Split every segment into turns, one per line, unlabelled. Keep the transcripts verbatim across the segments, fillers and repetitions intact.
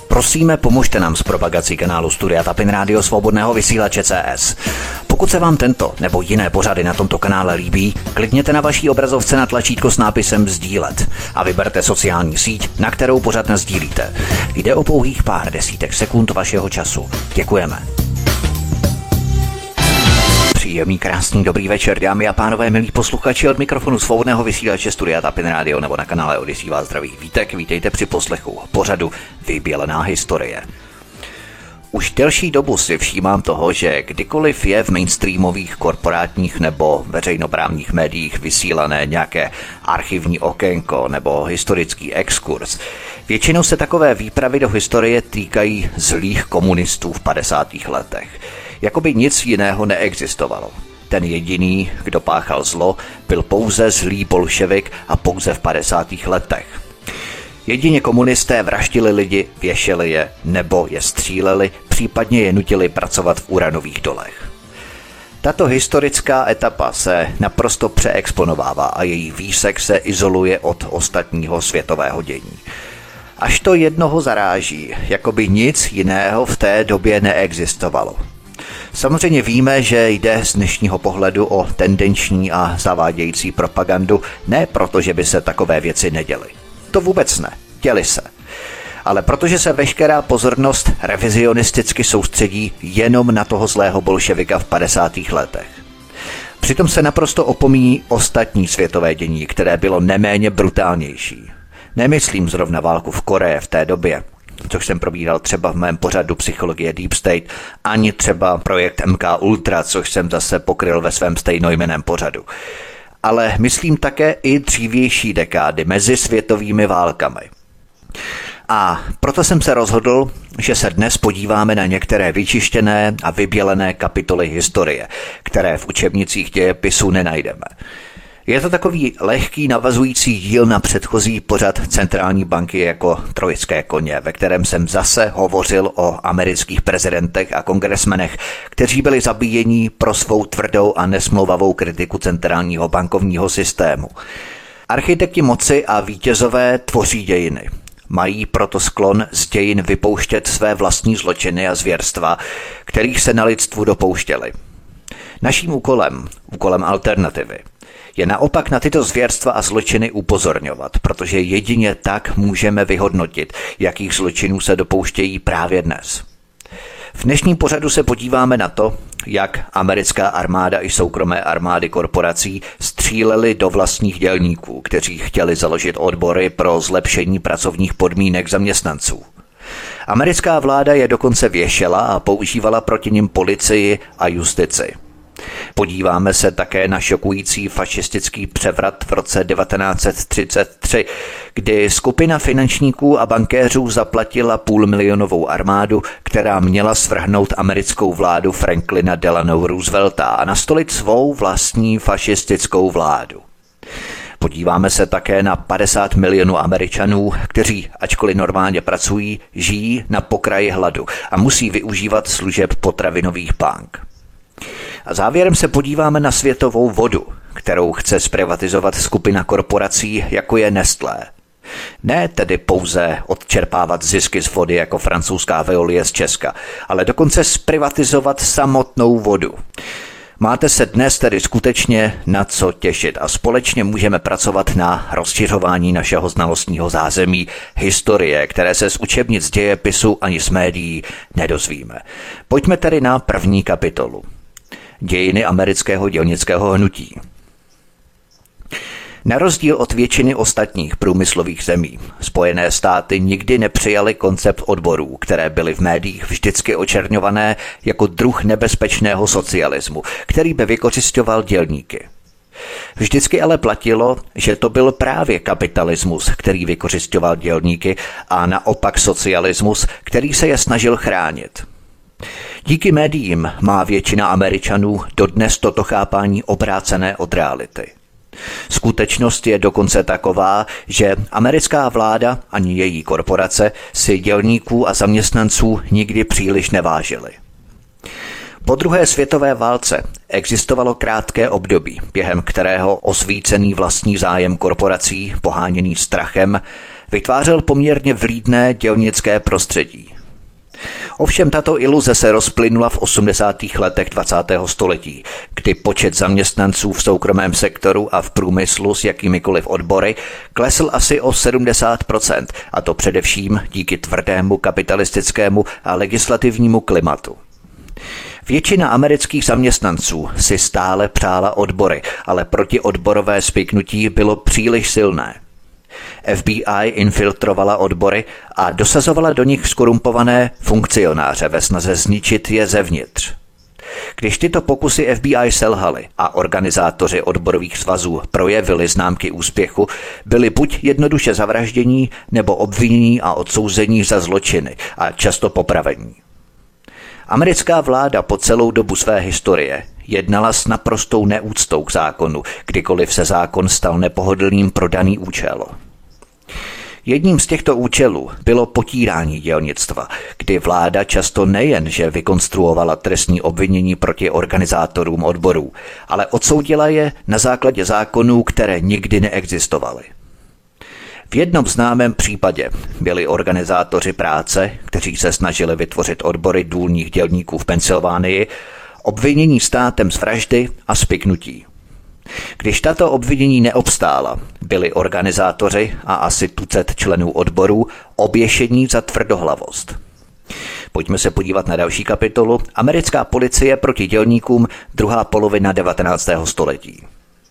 Prosíme, pomožte nám s propagací kanálu Studia Tapin Rádio Svobodného vysílače C S. Pokud se vám tento nebo jiné pořady na tomto kanále líbí, klikněte na vaší obrazovce na tlačítko s nápisem sdílet a vyberte sociální síť, na kterou pořad nasdílíte. Jde o pouhých pár desítek sekund vašeho času. Děkujeme. Příjemný, krásný, dobrý večer, dámy a pánové, milí posluchači, od mikrofonu Svobodného vysílače Studia Tapin Rádio nebo na kanále Odyssey vás zdraví Vítek. Vítejte při poslechu pořadu Vybělená historie. Už delší dobu si všímám toho, že kdykoliv je v mainstreamových korporátních nebo veřejnoprávních médiích vysílané nějaké archivní okénko nebo historický exkurs, většinou se takové výpravy do historie týkají zlých komunistů v padesátých letech. Jakoby nic jiného neexistovalo. Ten jediný, kdo páchal zlo, byl pouze zlý bolševik a pouze v padesátých letech. Jedině komunisté vraždili lidi, věšeli je nebo je stříleli, případně je nutili pracovat v uranových dolech. Tato historická etapa se naprosto přeexponovává a její výsek se izoluje od ostatního světového dění. Až to jednoho zaráží, jakoby nic jiného v té době neexistovalo. Samozřejmě víme, že jde z dnešního pohledu o tendenční a zavádějící propagandu, ne proto, že by se takové věci neděly. To vůbec ne, děly se. Ale protože se veškerá pozornost revizionisticky soustředí jenom na toho zlého bolševika v padesátých letech. Přitom se naprosto opomíjí ostatní světové dění, které bylo neméně brutálnější. Nemyslím zrovna válku v Koreji v té době, což jsem probíral třeba v mém pořadu Psychologie Deep State, ani třeba projekt M K Ultra, což jsem zase pokryl ve svém stejnojmenném pořadu. Ale myslím také i dřívější dekády mezi světovými válkami. A proto jsem se rozhodl, že se dnes podíváme na některé vyčištěné a vybělené kapitoly historie, které v učebnicích dějepisu nenajdeme. Je to takový lehký navazující díl na předchozí pořad Centrální banky jako trojské koně, ve kterém jsem zase hovořil o amerických prezidentech a kongresmenech, kteří byli zabíjeni pro svou tvrdou a nesmlouvavou kritiku centrálního bankovního systému. Architekti moci a vítězové tvoří dějiny. Mají proto sklon z dějin vypouštět své vlastní zločiny a zvěrstva, kterých se na lidstvu dopouštěli. Naším úkolem, úkolem alternativy, je naopak na tyto zvěrstva a zločiny upozorňovat, protože jedině tak můžeme vyhodnotit, jakých zločinů se dopouštějí právě dnes. V dnešním pořadu se podíváme na to, jak americká armáda i soukromé armády korporací střílely do vlastních dělníků, kteří chtěli založit odbory pro zlepšení pracovních podmínek zaměstnanců. Americká vláda je dokonce věšela a používala proti nim policii a justici. Podíváme se také na šokující fašistický převrat v roce devatenáct set třicet tři, kdy skupina finančníků a bankéřů zaplatila půlmilionovou armádu, která měla svrhnout americkou vládu Franklina Delano Roosevelta a nastolit svou vlastní fašistickou vládu. Podíváme se také na padesát milionů Američanů, kteří, ačkoliv normálně pracují, žijí na pokraji hladu a musí využívat služeb potravinových bank. A závěrem se podíváme na světovou vodu, kterou chce zprivatizovat skupina korporací, jako je Nestlé. Ne tedy pouze odčerpávat zisky z vody jako francouzská Veolie z Česka, ale dokonce zprivatizovat samotnou vodu. Máte se dnes tedy skutečně na co těšit a společně můžeme pracovat na rozšiřování našeho znalostního zázemí, historie, které se z učebnic dějepisu ani z médií nedozvíme. Pojďme tedy na první kapitolu. Dějiny amerického dělnického hnutí. Na rozdíl od většiny ostatních průmyslových zemí, Spojené státy nikdy nepřijaly koncept odborů, které byly v médiích vždycky očerňované jako druh nebezpečného socialismu, který by vykořisťoval dělníky. Vždycky ale platilo, že to byl právě kapitalismus, který vykořisťoval dělníky, a naopak socialismus, který se je snažil chránit. Díky médiím má většina Američanů dodnes toto chápání obrácené od reality. Skutečnost je dokonce taková, že americká vláda ani její korporace si dělníků a zaměstnanců nikdy příliš nevážily. Po druhé světové válce existovalo krátké období, během kterého osvícený vlastní zájem korporací, poháněný strachem, vytvářel poměrně vlídné dělnické prostředí. Ovšem tato iluze se rozplynula v osmdesátých letech dvacátého století, kdy počet zaměstnanců v soukromém sektoru a v průmyslu s jakýmikoliv odbory klesl asi o sedmdesát procent, a to především díky tvrdému kapitalistickému a legislativnímu klimatu. Většina amerických zaměstnanců si stále přála odbory, ale protiodborové spiknutí bylo příliš silné. F B I infiltrovala odbory a dosazovala do nich skorumpované funkcionáře ve snaze zničit je zevnitř. Když tyto pokusy F B I selhaly a organizátoři odborových svazů projevili známky úspěchu, byli buď jednoduše zavraždění nebo obvinění a odsouzení za zločiny a často popravení. Americká vláda po celou dobu své historie jednala s naprostou neúctou k zákonu, kdykoliv se zákon stal nepohodlným pro daný účel. Jedním z těchto účelů bylo potírání dělnictva, kdy vláda často nejen, že vykonstruovala trestní obvinění proti organizátorům odborů, ale odsoudila je na základě zákonů, které nikdy neexistovaly. V jednom známém případě byli organizátoři práce, kteří se snažili vytvořit odbory důlních dělníků v Pensylvánii, obvinění státem z vraždy a spiknutí. Když tato obvinění neobstála, byli organizátoři a asi tucet členů odborů oběšení za tvrdohlavost. Pojďme se podívat na další kapitolu. Americká policie proti dělníkům, druhá polovina devatenáctého století.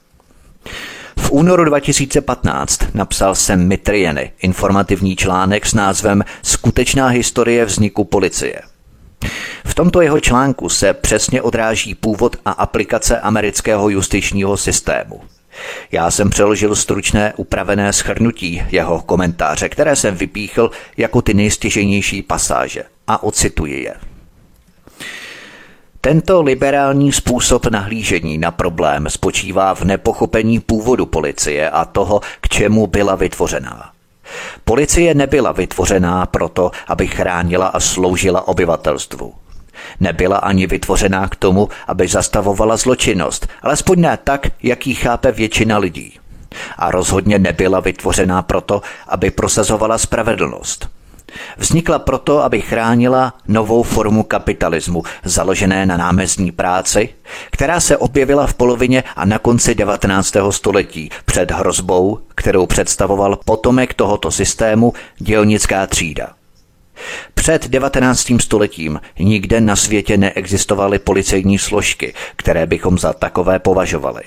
V únoru dva tisíce patnáct napsal Sam Mitriany informativní článek s názvem Skutečná historie vzniku policie. V tomto jeho článku se přesně odráží původ a aplikace amerického justičního systému. Já jsem přeložil stručné upravené shrnutí jeho komentáře, které jsem vypíchl jako ty nejstěžejnější pasáže, a ocituji je. Tento liberální způsob nahlížení na problém spočívá v nepochopení původu policie a toho, k čemu byla vytvořená. Policie nebyla vytvořená proto, aby chránila a sloužila obyvatelstvu. Nebyla ani vytvořená k tomu, aby zastavovala zločinnost, alespoň ne tak, jak ji chápe většina lidí. A rozhodně nebyla vytvořená proto, aby prosazovala spravedlnost. Vznikla proto, aby chránila novou formu kapitalismu, založené na námezní práci, která se objevila v polovině a na konci devatenáctého století před hrozbou, kterou představoval potomek tohoto systému, dělnická třída. Před devatenáctým stoletím nikde na světě neexistovaly policejní složky, které bychom za takové považovali.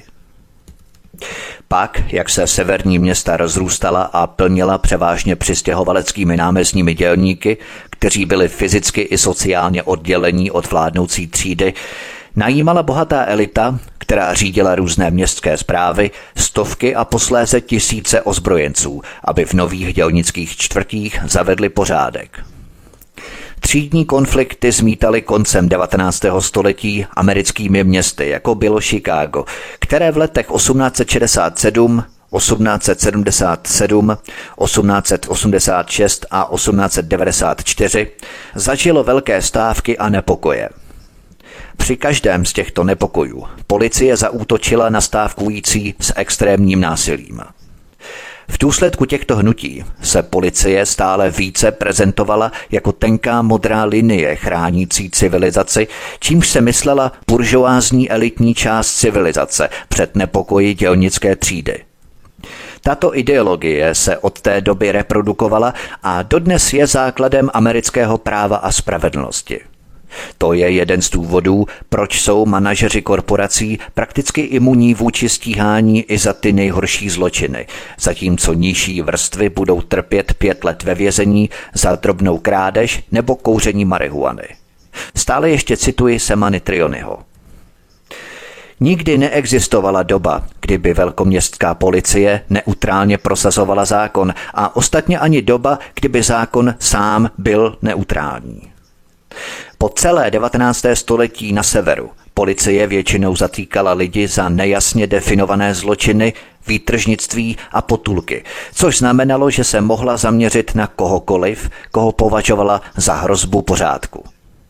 Pak, jak se severní města rozrůstala a plnila převážně přistěhovaleckými námezními dělníky, kteří byli fyzicky i sociálně oddělení od vládnoucí třídy, najímala bohatá elita, která řídila různé městské správy, stovky a posléze tisíce ozbrojenců, aby v nových dělnických čtvrtích zavedli pořádek. Třídní konflikty zmítaly koncem devatenáctého století americkými městy, jako bylo Chicago, které v letech osmnáct set šedesát sedm, osmnáct set sedmdesát sedm, osmnáct set osmdesát šest a osmnáct set devadesát čtyři zažilo velké stávky a nepokoje. Při každém z těchto nepokojů policie zaútočila na stávkující s extrémním násilím. V důsledku těchto hnutí se policie stále více prezentovala jako tenká modrá linie chránící civilizaci, čímž se myslela buržoázní elitní část civilizace před nepokoji dělnické třídy. Tato ideologie se od té doby reprodukovala a dodnes je základem amerického práva a spravedlnosti. To je jeden z důvodů, proč jsou manažeři korporací prakticky imunní vůči stíhání i za ty nejhorší zločiny, zatímco nižší vrstvy budou trpět pět let ve vězení za drobnou krádež nebo kouření marihuany. Stále ještě cituji Sama Mitrianyho. Nikdy neexistovala doba, kdyby velkoměstská policie neutrálně prosazovala zákon a ostatně ani doba, kdyby zákon sám byl neutrální. Po celé devatenácté století na severu policie většinou zatýkala lidi za nejasně definované zločiny, výtržnictví a potulky, což znamenalo, že se mohla zaměřit na kohokoliv, koho považovala za hrozbu pořádku.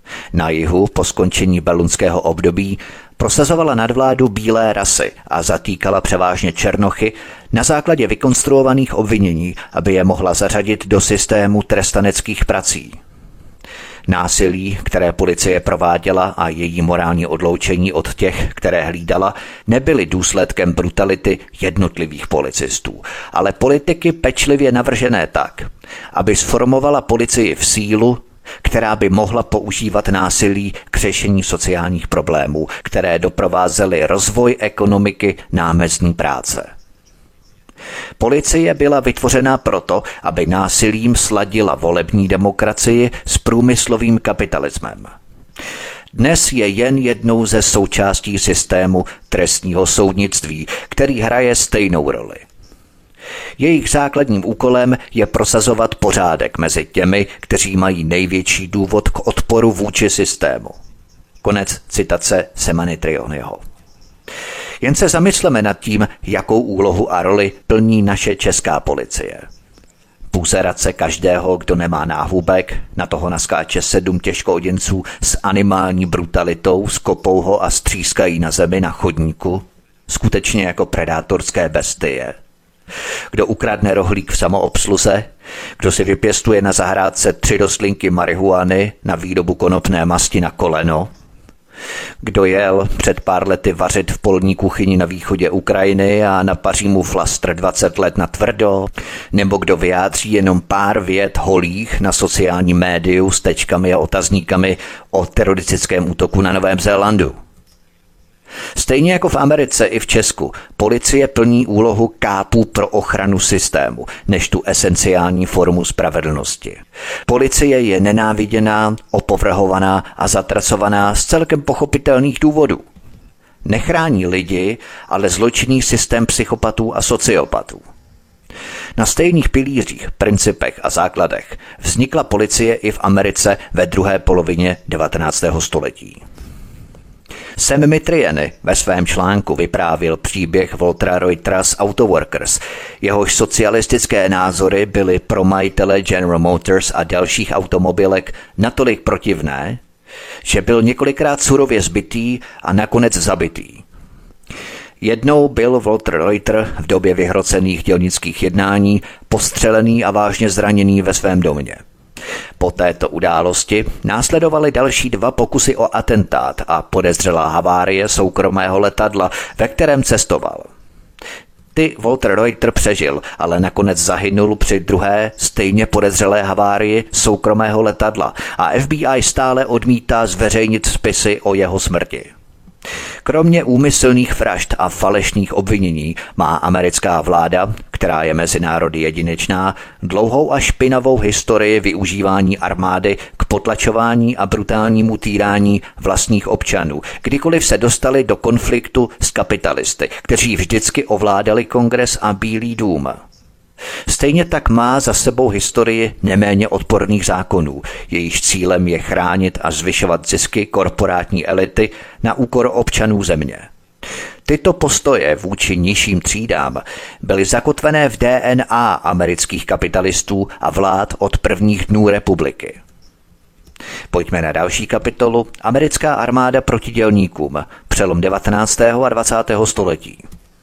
Na jihu po skončení belunského období prosazovala nadvládu bílé rasy a zatýkala převážně černochy na základě vykonstruovaných obvinění, aby je mohla zařadit do systému trestaneckých prací. Násilí, které policie prováděla, a její morální odloučení od těch, které hlídala, nebyly důsledkem brutality jednotlivých policistů, ale politiky pečlivě navržené tak, aby sformovala policii v sílu, která by mohla používat násilí k řešení sociálních problémů, které doprovázely rozvoj ekonomiky námezdní práce. Policie byla vytvořena proto, aby násilím sladila volební demokracii s průmyslovým kapitalismem. Dnes je jen jednou ze součástí systému trestního soudnictví, který hraje stejnou roli. Jejich základním úkolem je prosazovat pořádek mezi těmi, kteří mají největší důvod k odporu vůči systému. Konec citace Semanitrionyho. Jen se zamysleme nad tím, jakou úlohu a roli plní naše česká policie. Půzerat se každého, kdo nemá náhubek, na toho naskáče sedm těžkooděnců s animální brutalitou, skopou ho a střískají na zemi na chodníku, skutečně jako predátorské bestie. Kdo ukradne rohlík v samoobsluze, kdo si vypěstuje na zahrádce tři rostlinky marihuany na výrobu konopné masti na koleno, kdo jel před pár lety vařit v polní kuchyni na východě Ukrajiny a napaří mu flastr dvacet let na tvrdo, nebo kdo vyjádří jenom pár vět holých na sociálním médiu s tečkami a otazníkami o teroristickém útoku na Novém Zélandu. Stejně jako v Americe i v Česku, policie plní úlohu kápů pro ochranu systému, než tu esenciální formu spravedlnosti. Policie je nenáviděná, opovrhovaná a zatracovaná z celkem pochopitelných důvodů. Nechrání lidi, ale zločinný systém psychopatů a sociopatů. Na stejných pilířích, principech a základech vznikla policie i v Americe ve druhé polovině devatenáctého století. Sam Mitrieny ve svém článku vyprávěl příběh Waltera Reutera z Autoworkers. Jehož socialistické názory byly pro majitele General Motors a dalších automobilek natolik protivné, že byl několikrát surově zbitý a nakonec zabitý. Jednou byl Walter Reuter v době vyhrocených dělnických jednání postřelený a vážně zraněný ve svém domě. Po této události následovaly další dva pokusy o atentát a podezřelá havárie soukromého letadla, ve kterém cestoval. Ty Walter Reuter přežil, ale nakonec zahynul při druhé stejně podezřelé havárii soukromého letadla a F B I stále odmítá zveřejnit spisy o jeho smrti. Kromě úmyslných vražd a falešných obvinění má americká vláda, která je mezi národy jedinečná, dlouhou a špinavou historii využívání armády k potlačování a brutálnímu týrání vlastních občanů, kdykoliv se dostali do konfliktu s kapitalisty, kteří vždycky ovládali Kongres a Bílý dům. Stejně tak má za sebou historii neméně odporných zákonů, jejichž cílem je chránit a zvyšovat zisky korporátní elity na úkor občanů země. Tyto postoje vůči nižším třídám byly zakotvené v D N A amerických kapitalistů a vlád od prvních dnů republiky. Pojďme na další kapitolu. Americká armáda proti dělníkům. Přelom devatenáctého a dvacátého století.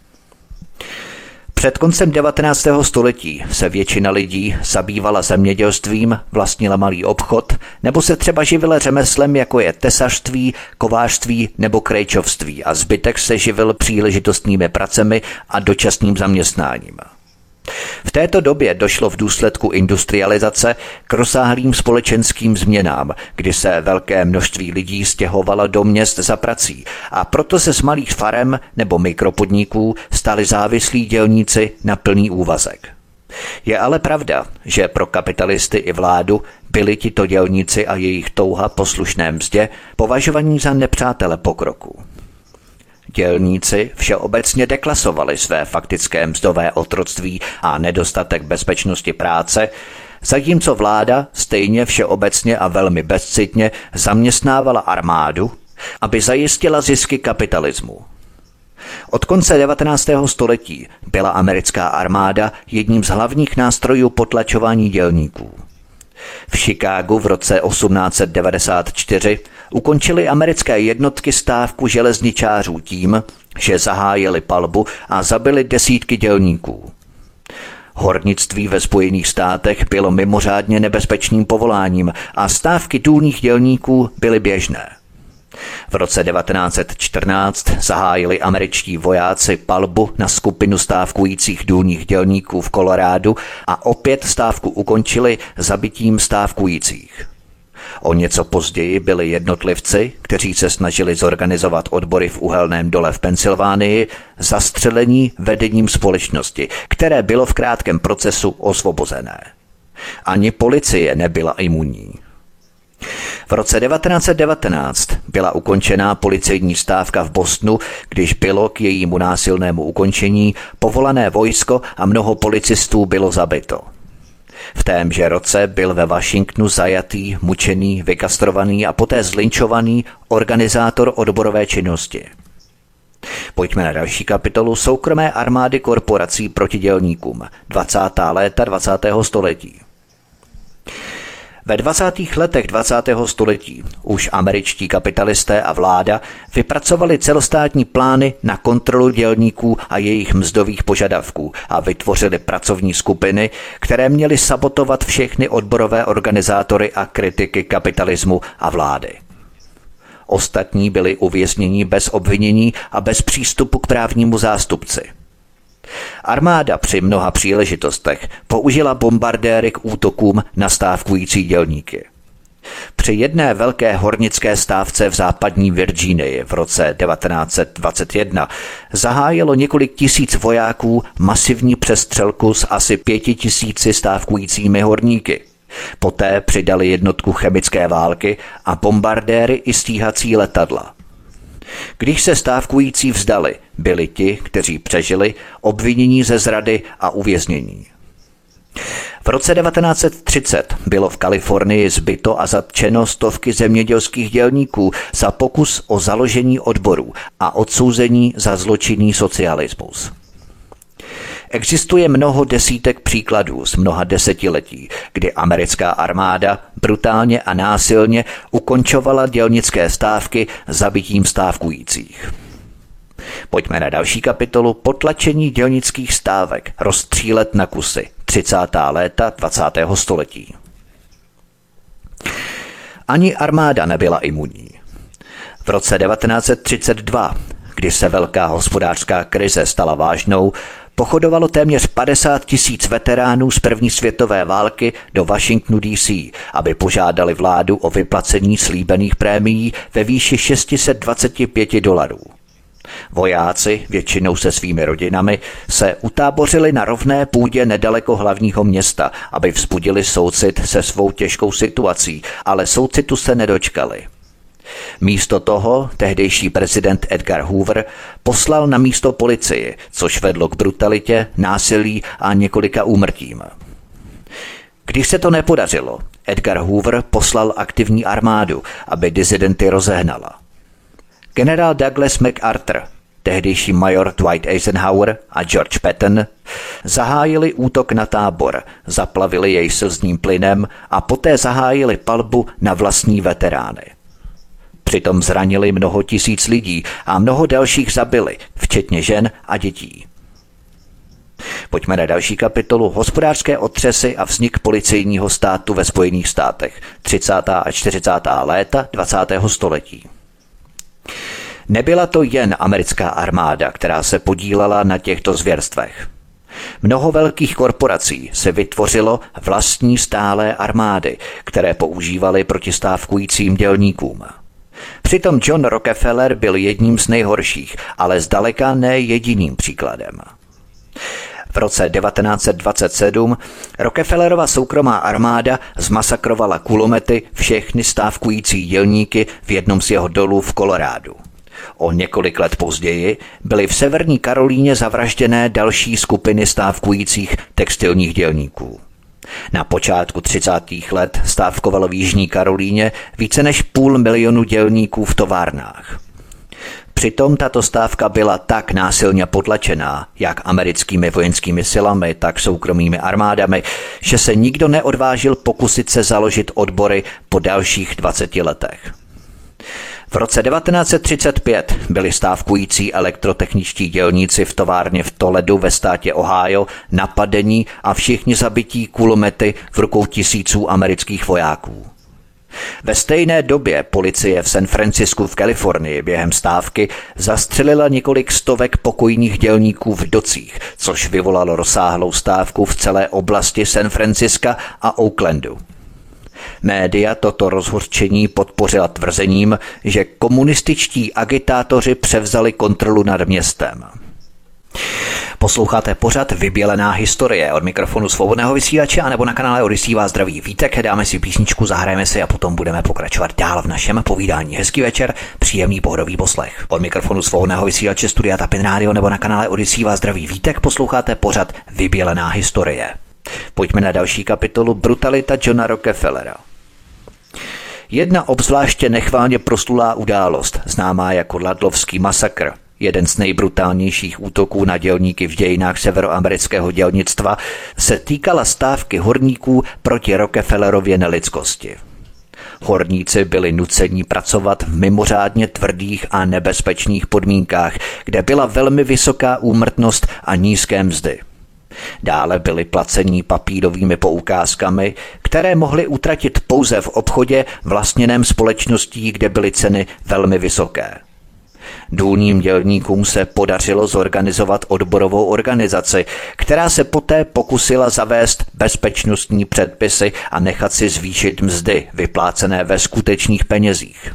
Před koncem devatenáctého století se většina lidí zabývala zemědělstvím, vlastnila malý obchod nebo se třeba živila řemeslem, jako je tesařství, kovářství nebo krejčovství, a zbytek se živil příležitostnými pracemi a dočasným zaměstnáním. V této době došlo v důsledku industrializace k rozsáhlým společenským změnám, kdy se velké množství lidí stěhovalo do měst za prací a proto se z malých farem nebo mikropodniků stali závislí dělníci na plný úvazek. Je ale pravda, že pro kapitalisty i vládu byli tito dělníci a jejich touha po slušné mzdě považovaní za nepřátele pokroku. Dělníci všeobecně deklasovali své faktické mzdové otroctví a nedostatek bezpečnosti práce, zatímco vláda stejně všeobecně a velmi bezcitně zaměstnávala armádu, aby zajistila zisky kapitalismu. Od konce devatenáctého století byla americká armáda jedním z hlavních nástrojů potlačování dělníků. V Chicagu v roce osmnáct set devadesát čtyři ukončily americké jednotky stávku železničářů tím, že zahájili palbu a zabili desítky dělníků. Hornictví ve Spojených státech bylo mimořádně nebezpečným povoláním a stávky důlních dělníků byly běžné. V roce devatenáct set čtrnáct zahájili američtí vojáci palbu na skupinu stávkujících důlních dělníků v Kolorádu a opět stávku ukončili zabitím stávkujících. O něco později byli jednotlivci, kteří se snažili zorganizovat odbory v uhelném dole v Pensylvánii, zastřelení vedením společnosti, které bylo v krátkém procesu osvobozené. Ani policie nebyla imunní. V roce devatenáct set devatenáct byla ukončená policejní stávka v Bostonu, když bylo k jejímu násilnému ukončení povolané vojsko a mnoho policistů bylo zabito. V témže roce byl ve Washingtonu zajatý, mučený, vykastrovaný a poté zlinčovaný organizátor odborové činnosti. Pojďme na další kapitolu soukromé armády korporací proti dělníkům. dvacátá léta dvacátého století. Ve dvacátých letech dvacátého století už američtí kapitalisté a vláda vypracovali celostátní plány na kontrolu dělníků a jejich mzdových požadavků a vytvořili pracovní skupiny, které měly sabotovat všechny odborové organizátory a kritiky kapitalismu a vlády. Ostatní byli uvězněni bez obvinění a bez přístupu k právnímu zástupci. Armáda při mnoha příležitostech použila bombardéry k útokům na stávkující dělníky. Při jedné velké hornické stávce v západní Virginii v roce devatenáct set dvacet jedna zahájilo několik tisíc vojáků masivní přestřelku s asi pěti tisíci stávkujícími horníky. Poté přidali jednotku chemické války a bombardéry i stíhací letadla. Když se stávkující vzdali, byli ti, kteří přežili, obvinění ze zrady a uvěznění. V roce devatenáct set třicet bylo v Kalifornii zbyto a zatčeno stovky zemědělských dělníků za pokus o založení odborů a odsouzení za zločinný socialismus. Existuje mnoho desítek příkladů z mnoha desetiletí, kdy americká armáda brutálně a násilně ukončovala dělnické stávky zabitím stávkujících. Pojďme na další kapitolu potlačení dělnických stávek, rozstřílet na kusy, třicátá léta dvacátého století. Ani armáda nebyla imunní. V roce devatenáct set třicet dva, kdy se velká hospodářská krize stala vážnou, pochodovalo téměř padesát tisíc veteránů z první světové války do Washingtonu D C, aby požádali vládu o vyplacení slíbených prémií ve výši šest set dvacet pět dolarů. Vojáci, většinou se svými rodinami, se utábořili na rovné půdě nedaleko hlavního města, aby vzbudili soucit se svou těžkou situací, ale soucitu se nedočkali. Místo toho tehdejší prezident Edgar Hoover poslal na místo policii, což vedlo k brutalitě, násilí a několika úmrtím. Když se to nepodařilo, Edgar Hoover poslal aktivní armádu, aby disidenty rozehnala. Generál Douglas MacArthur, tehdejší major Dwight Eisenhower a George Patton zahájili útok na tábor, zaplavili jej slzným plynem a poté zahájili palbu na vlastní veterány. Přitom zranili mnoho tisíc lidí a mnoho dalších zabili, včetně žen a dětí. Pojďme na další kapitolu hospodářské otřesy a vznik policejního státu ve Spojených státech, třicátá a čtyřicátá léta dvacátého století. Nebyla to jen americká armáda, která se podílela na těchto zvěrstvech. Mnoho velkých korporací se vytvořilo vlastní stálé armády, které používaly proti stávkujícím dělníkům. Přitom John Rockefeller byl jedním z nejhorších, ale zdaleka ne jediným příkladem. V roce devatenáct set dvacet sedm Rockefellerova soukromá armáda zmasakrovala kulomety všechny stávkující dělníky v jednom z jeho dolů v Kolorádu. O několik let později byly v Severní Karolíně zavražděné další skupiny stávkujících textilních dělníků. Na počátku třicátých let stávkovalo v Jižní Karolíně více než půl milionu dělníků v továrnách. Přitom tato stávka byla tak násilně potlačená, jak americkými vojenskými silami, tak soukromými armádami, že se nikdo neodvážil pokusit se založit odbory po dalších dvaceti letech. V roce devatenáct set třicet pět byli stávkující elektrotechničtí dělníci v továrně v Toledu ve státě Ohio napadení a všichni zabití kulomety v rukou tisíců amerických vojáků. Ve stejné době policie v San Francisku v Kalifornii během stávky zastřelila několik stovek pokojných dělníků v docích, což vyvolalo rozsáhlou stávku v celé oblasti San Francisca a Oaklandu. Média toto rozhořčení podpořila tvrzením, že komunističtí agitátoři převzali kontrolu nad městem. Posloucháte pořad Vybělená historie. Od mikrofonu Svobodného vysílače a nebo na kanále Odyssey vás zdraví Vítek. Dáme si písničku, zahrajeme si a potom budeme pokračovat dál v našem povídání. Hezký večer, příjemný pohodový poslech. Od mikrofonu Svobodného vysílače Studia Tapin Radio nebo na kanále Odyssey vás zdraví Vítek. Posloucháte pořad Vybělená historie. Pojďme na další kapitolu Brutalita Johna Rockefellera. Jedna obzvláště nechválně proslulá událost, známá jako Ludlovský masakr, jeden z nejbrutálnějších útoků na dělníky v dějinách severoamerického dělnictva, se týkala stávky horníků proti Rockefellerově nelidskosti. Horníci byli nuceni pracovat v mimořádně tvrdých a nebezpečných podmínkách, kde byla velmi vysoká úmrtnost a nízké mzdy. Dále byli placení papírovými poukázkami, které mohli utratit pouze v obchodě vlastněném společností, kde byly ceny velmi vysoké. Důlním dělníkům se podařilo zorganizovat odborovou organizaci, která se poté pokusila zavést bezpečnostní předpisy a nechat si zvýšit mzdy vyplácené ve skutečných penězích.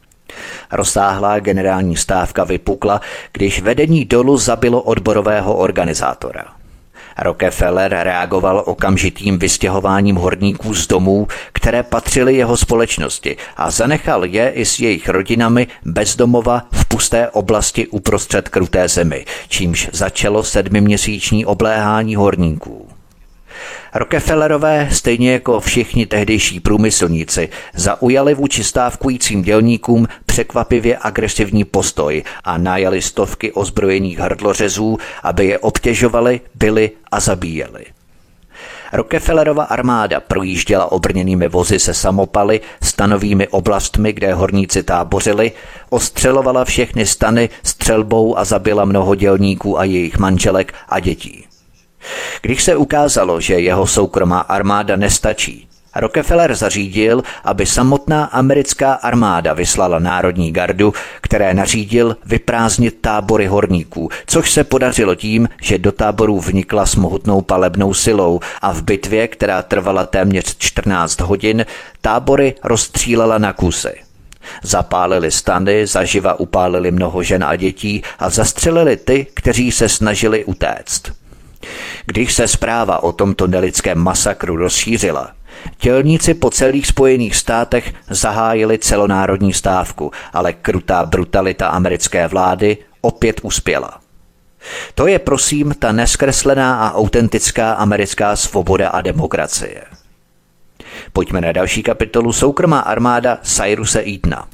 Rozsáhlá generální stávka vypukla, když vedení dolu zabilo odborového organizátora. Rockefeller reagoval okamžitým vystěhováním horníků z domů, které patřily jeho společnosti, a zanechal je i s jejich rodinami bezdomova v pusté oblasti uprostřed kruté zemi, čímž začalo sedmiměsíční obléhání horníků. Rockefellerové, stejně jako všichni tehdejší průmyslníci, zaujali vůči stávkujícím dělníkům překvapivě agresivní postoj a najali stovky ozbrojených hrdlořezů, aby je obtěžovali, bili a zabíjeli. Rockefellerova armáda projížděla obrněnými vozy se samopaly, stanovými oblastmi, kde horníci tábořili, ostřelovala všechny stany střelbou a zabila mnoho dělníků a jejich manželek a dětí. Když se ukázalo, že jeho soukromá armáda nestačí, Rockefeller zařídil, aby samotná americká armáda vyslala národní gardu, které nařídil vyprázdnit tábory horníků, což se podařilo tím, že do táborů vnikla s mohutnou palebnou silou a v bitvě, která trvala téměř čtrnáct hodin, tábory rozstřílela na kusy. Zapálili stany, zaživa upálili mnoho žen a dětí a zastřelili ty, kteří se snažili utéct. Když se zpráva o tomto nelidském masakru rozšířila, dělníci po celých Spojených státech zahájili celonárodní stávku, ale krutá brutalita americké vlády opět uspěla. To je prosím ta neskreslená a autentická americká svoboda a demokracie. Pojďme na další kapitolu Soukromá armáda Cyruse Eatona.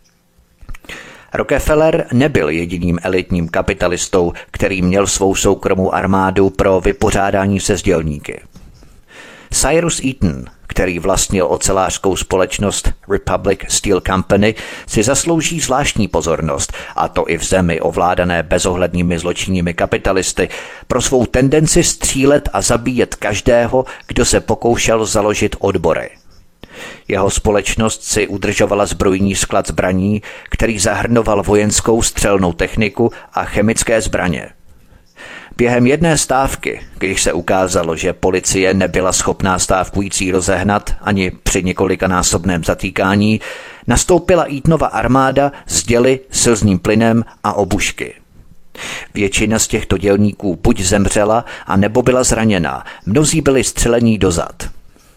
Rockefeller nebyl jediným elitním kapitalistou, který měl svou soukromou armádu pro vypořádání se s dělníky. Cyrus Eaton, který vlastnil ocelářskou společnost Republic Steel Company, si zaslouží zvláštní pozornost, a to i v zemi ovládané bezohlednými zločinnými kapitalisty, pro svou tendenci střílet a zabíjet každého, kdo se pokoušel založit odbory. Jeho společnost si udržovala zbrojní sklad zbraní, který zahrnoval vojenskou střelnou techniku a chemické zbraně. Během jedné stávky, když se ukázalo, že policie nebyla schopná stávkující rozehnat ani při několikanásobném zatýkání, nastoupila Eatonova armáda s děly, slzným plynem a obušky. Většina z těchto dělníků buď zemřela, a nebo byla zraněná, mnozí byli střelení do zad.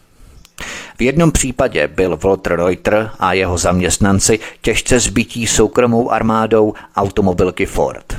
V jednom případě byl Walter Reuter a jeho zaměstnanci těžce zbití soukromou armádou automobilky Ford.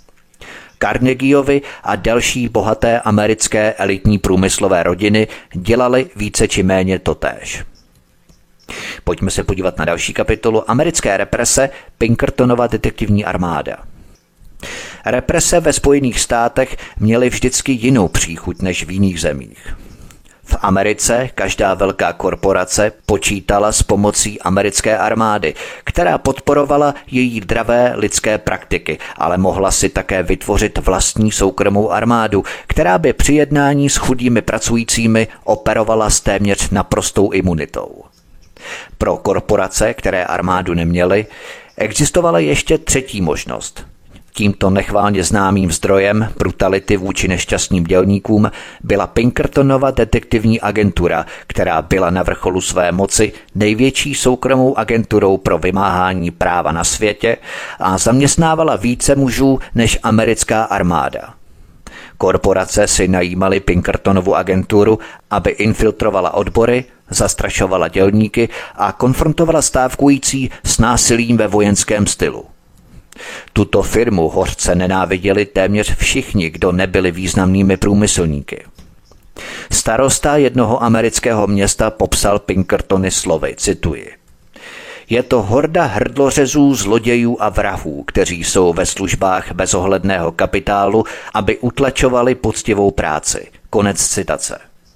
Carnegieovi a další bohaté americké elitní průmyslové rodiny dělali více či méně totéž. Pojďme se podívat na další kapitolu. Americké represe, Pinkertonova detektivní armáda. Represe ve Spojených státech měly vždycky jinou příchuť než v jiných zemích. V Americe každá velká korporace počítala s pomocí americké armády, která podporovala její dravé lidské praktiky, ale mohla si také vytvořit vlastní soukromou armádu, která by při jednání s chudými pracujícími operovala s téměř naprostou imunitou. Pro korporace, které armádu neměly, existovala ještě třetí možnost. Tímto nechválně známým zdrojem brutality vůči nešťastným dělníkům byla Pinkertonova detektivní agentura, která byla na vrcholu své moci největší soukromou agenturou pro vymáhání práva na světě a zaměstnávala více mužů než americká armáda. Korporace si najímaly Pinkertonovu agenturu, aby infiltrovala odbory, zastrašovala dělníky a konfrontovala stávkující s násilím ve vojenském stylu. Tuto firmu hořce nenáviděli téměř všichni, kdo nebyli významnými průmyslníky. Starosta jednoho amerického města popsal Pinkertony slovy, cituji: Je to horda hrdlořezů, zlodějů a vrahů, kteří jsou ve službách bezohledného kapitálu, aby utlačovali poctivou práci. Konec citace.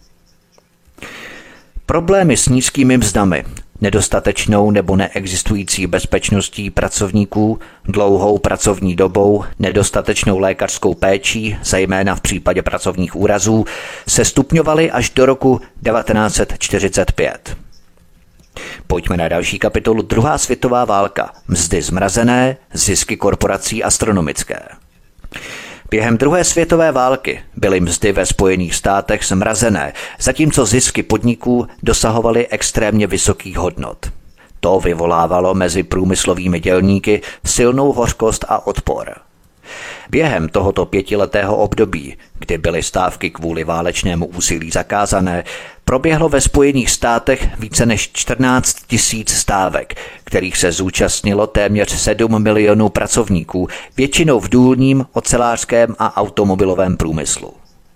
Problémy s nízkými mzdami, nedostatečnou nebo neexistující bezpečností pracovníků, dlouhou pracovní dobou, nedostatečnou lékařskou péčí, zejména v případě pracovních úrazů, se stupňovaly až do roku devatenáct set čtyřicet pět. Pojďme na další kapitolu. Druhá světová válka. Mzdy zmrazené, zisky korporací astronomické. Během druhé světové války byly mzdy ve Spojených státech zmrazené, zatímco zisky podniků dosahovaly extrémně vysokých hodnot. To vyvolávalo mezi průmyslovými dělníky silnou hořkost a odpor. Během tohoto pětiletého období, kdy byly stávky kvůli válečnému úsilí zakázané, proběhlo ve Spojených státech více než čtrnáct tisíc stávek, kterých se zúčastnilo téměř sedm milionů pracovníků, většinou v důlním, ocelářském a automobilovém průmyslu.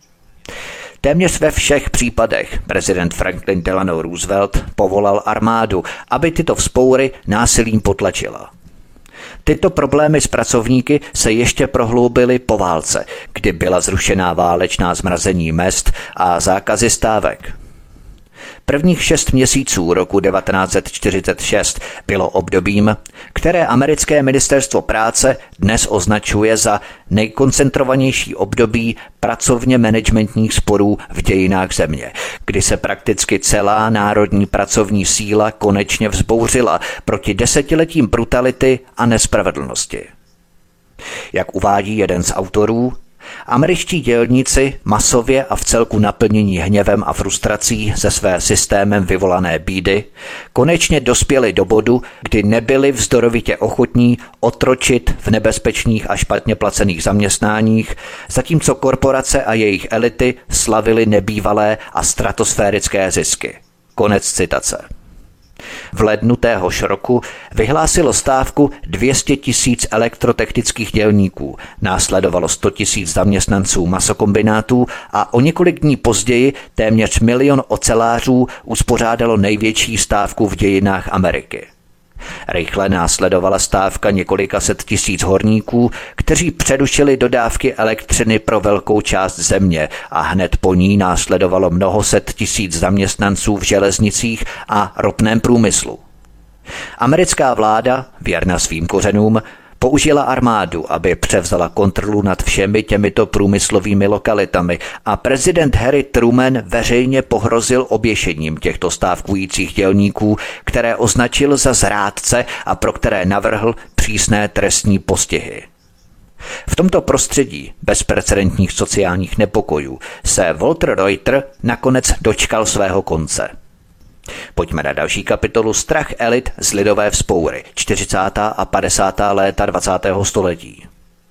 Téměř ve všech případech prezident Franklin Delano Roosevelt povolal armádu, aby tyto vzpoury násilím potlačila. Tyto problémy s pracovníky se ještě prohloubily po válce, kdy byla zrušená válečná zmrazení mezd a zákazy stávek. Prvních šest měsíců roku devatenáct set čtyřicet šest bylo obdobím, které americké ministerstvo práce dnes označuje za nejkoncentrovanější období pracovně managementních sporů v dějinách země, kdy se prakticky celá národní pracovní síla konečně vzbouřila proti desetiletím brutality a nespravedlnosti. Jak uvádí jeden z autorů, američtí dělníci masově a v celku naplnění hněvem a frustrací ze své systémem vyvolané bídy konečně dospěli do bodu, kdy nebyli vzdorovitě ochotní otročit v nebezpečných a špatně placených zaměstnáních, zatímco korporace a jejich elity slavily nebývalé a stratosférické zisky. Konec citace. V lednu téhož roku vyhlásilo stávku dvě stě tisíc elektrotechnických dělníků, následovalo sto tisíc zaměstnanců masokombinátů a o několik dní později téměř milion ocelářů uspořádalo největší stávku v dějinách Ameriky. Rychle následovala stávka několika set tisíc horníků, kteří přerušili dodávky elektřiny pro velkou část země a hned po ní následovalo mnoho set tisíc zaměstnanců v železnicích a ropném průmyslu. Americká vláda, věrna svým kořenům, použila armádu, aby převzala kontrolu nad všemi těmito průmyslovými lokalitami a prezident Harry Truman veřejně pohrozil oběšením těchto stávkujících dělníků, které označil za zrádce a pro které navrhl přísné trestní postihy. V tomto prostředí bezprecedentních sociálních nepokojů se Walter Reuter nakonec dočkal svého konce. Pojďme na další kapitolu. Strach elit z lidové vzpoury, čtyřicátá a padesátá léta dvacátého století.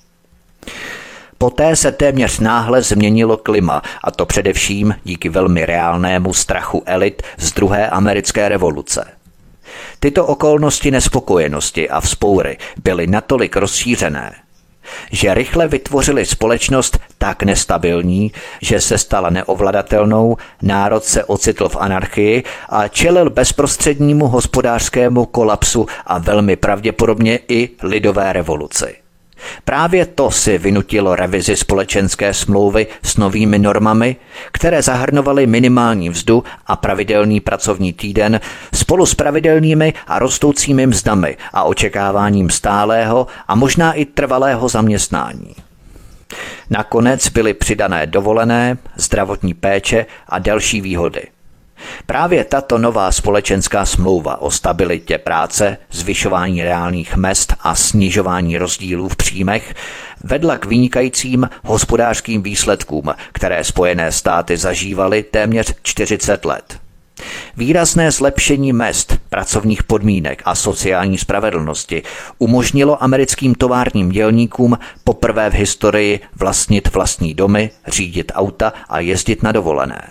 Poté se téměř náhle změnilo klima, a to především díky velmi reálnému strachu elit z druhé americké revoluce. Tyto okolnosti nespokojenosti a vzpoury byly natolik rozšířené, že rychle vytvořili společnost tak nestabilní, že se stala neovladatelnou, národ se ocitl v anarchii a čelil bezprostřednímu hospodářskému kolapsu a velmi pravděpodobně i lidové revoluci. Právě to si vynutilo revizi společenské smlouvy s novými normami, které zahrnovaly minimální mzdu a pravidelný pracovní týden spolu s pravidelnými a rostoucími mzdami a očekáváním stálého a možná i trvalého zaměstnání. Nakonec byly přidané dovolené, zdravotní péče a další výhody. Právě tato nová společenská smlouva o stabilitě práce, zvyšování reálných mezd a snižování rozdílů v příjmech vedla k vynikajícím hospodářským výsledkům, které Spojené státy zažívaly téměř čtyřicet let. Výrazné zlepšení mezd, pracovních podmínek a sociální spravedlnosti umožnilo americkým továrním dělníkům poprvé v historii vlastnit vlastní domy, řídit auta a jezdit na dovolené.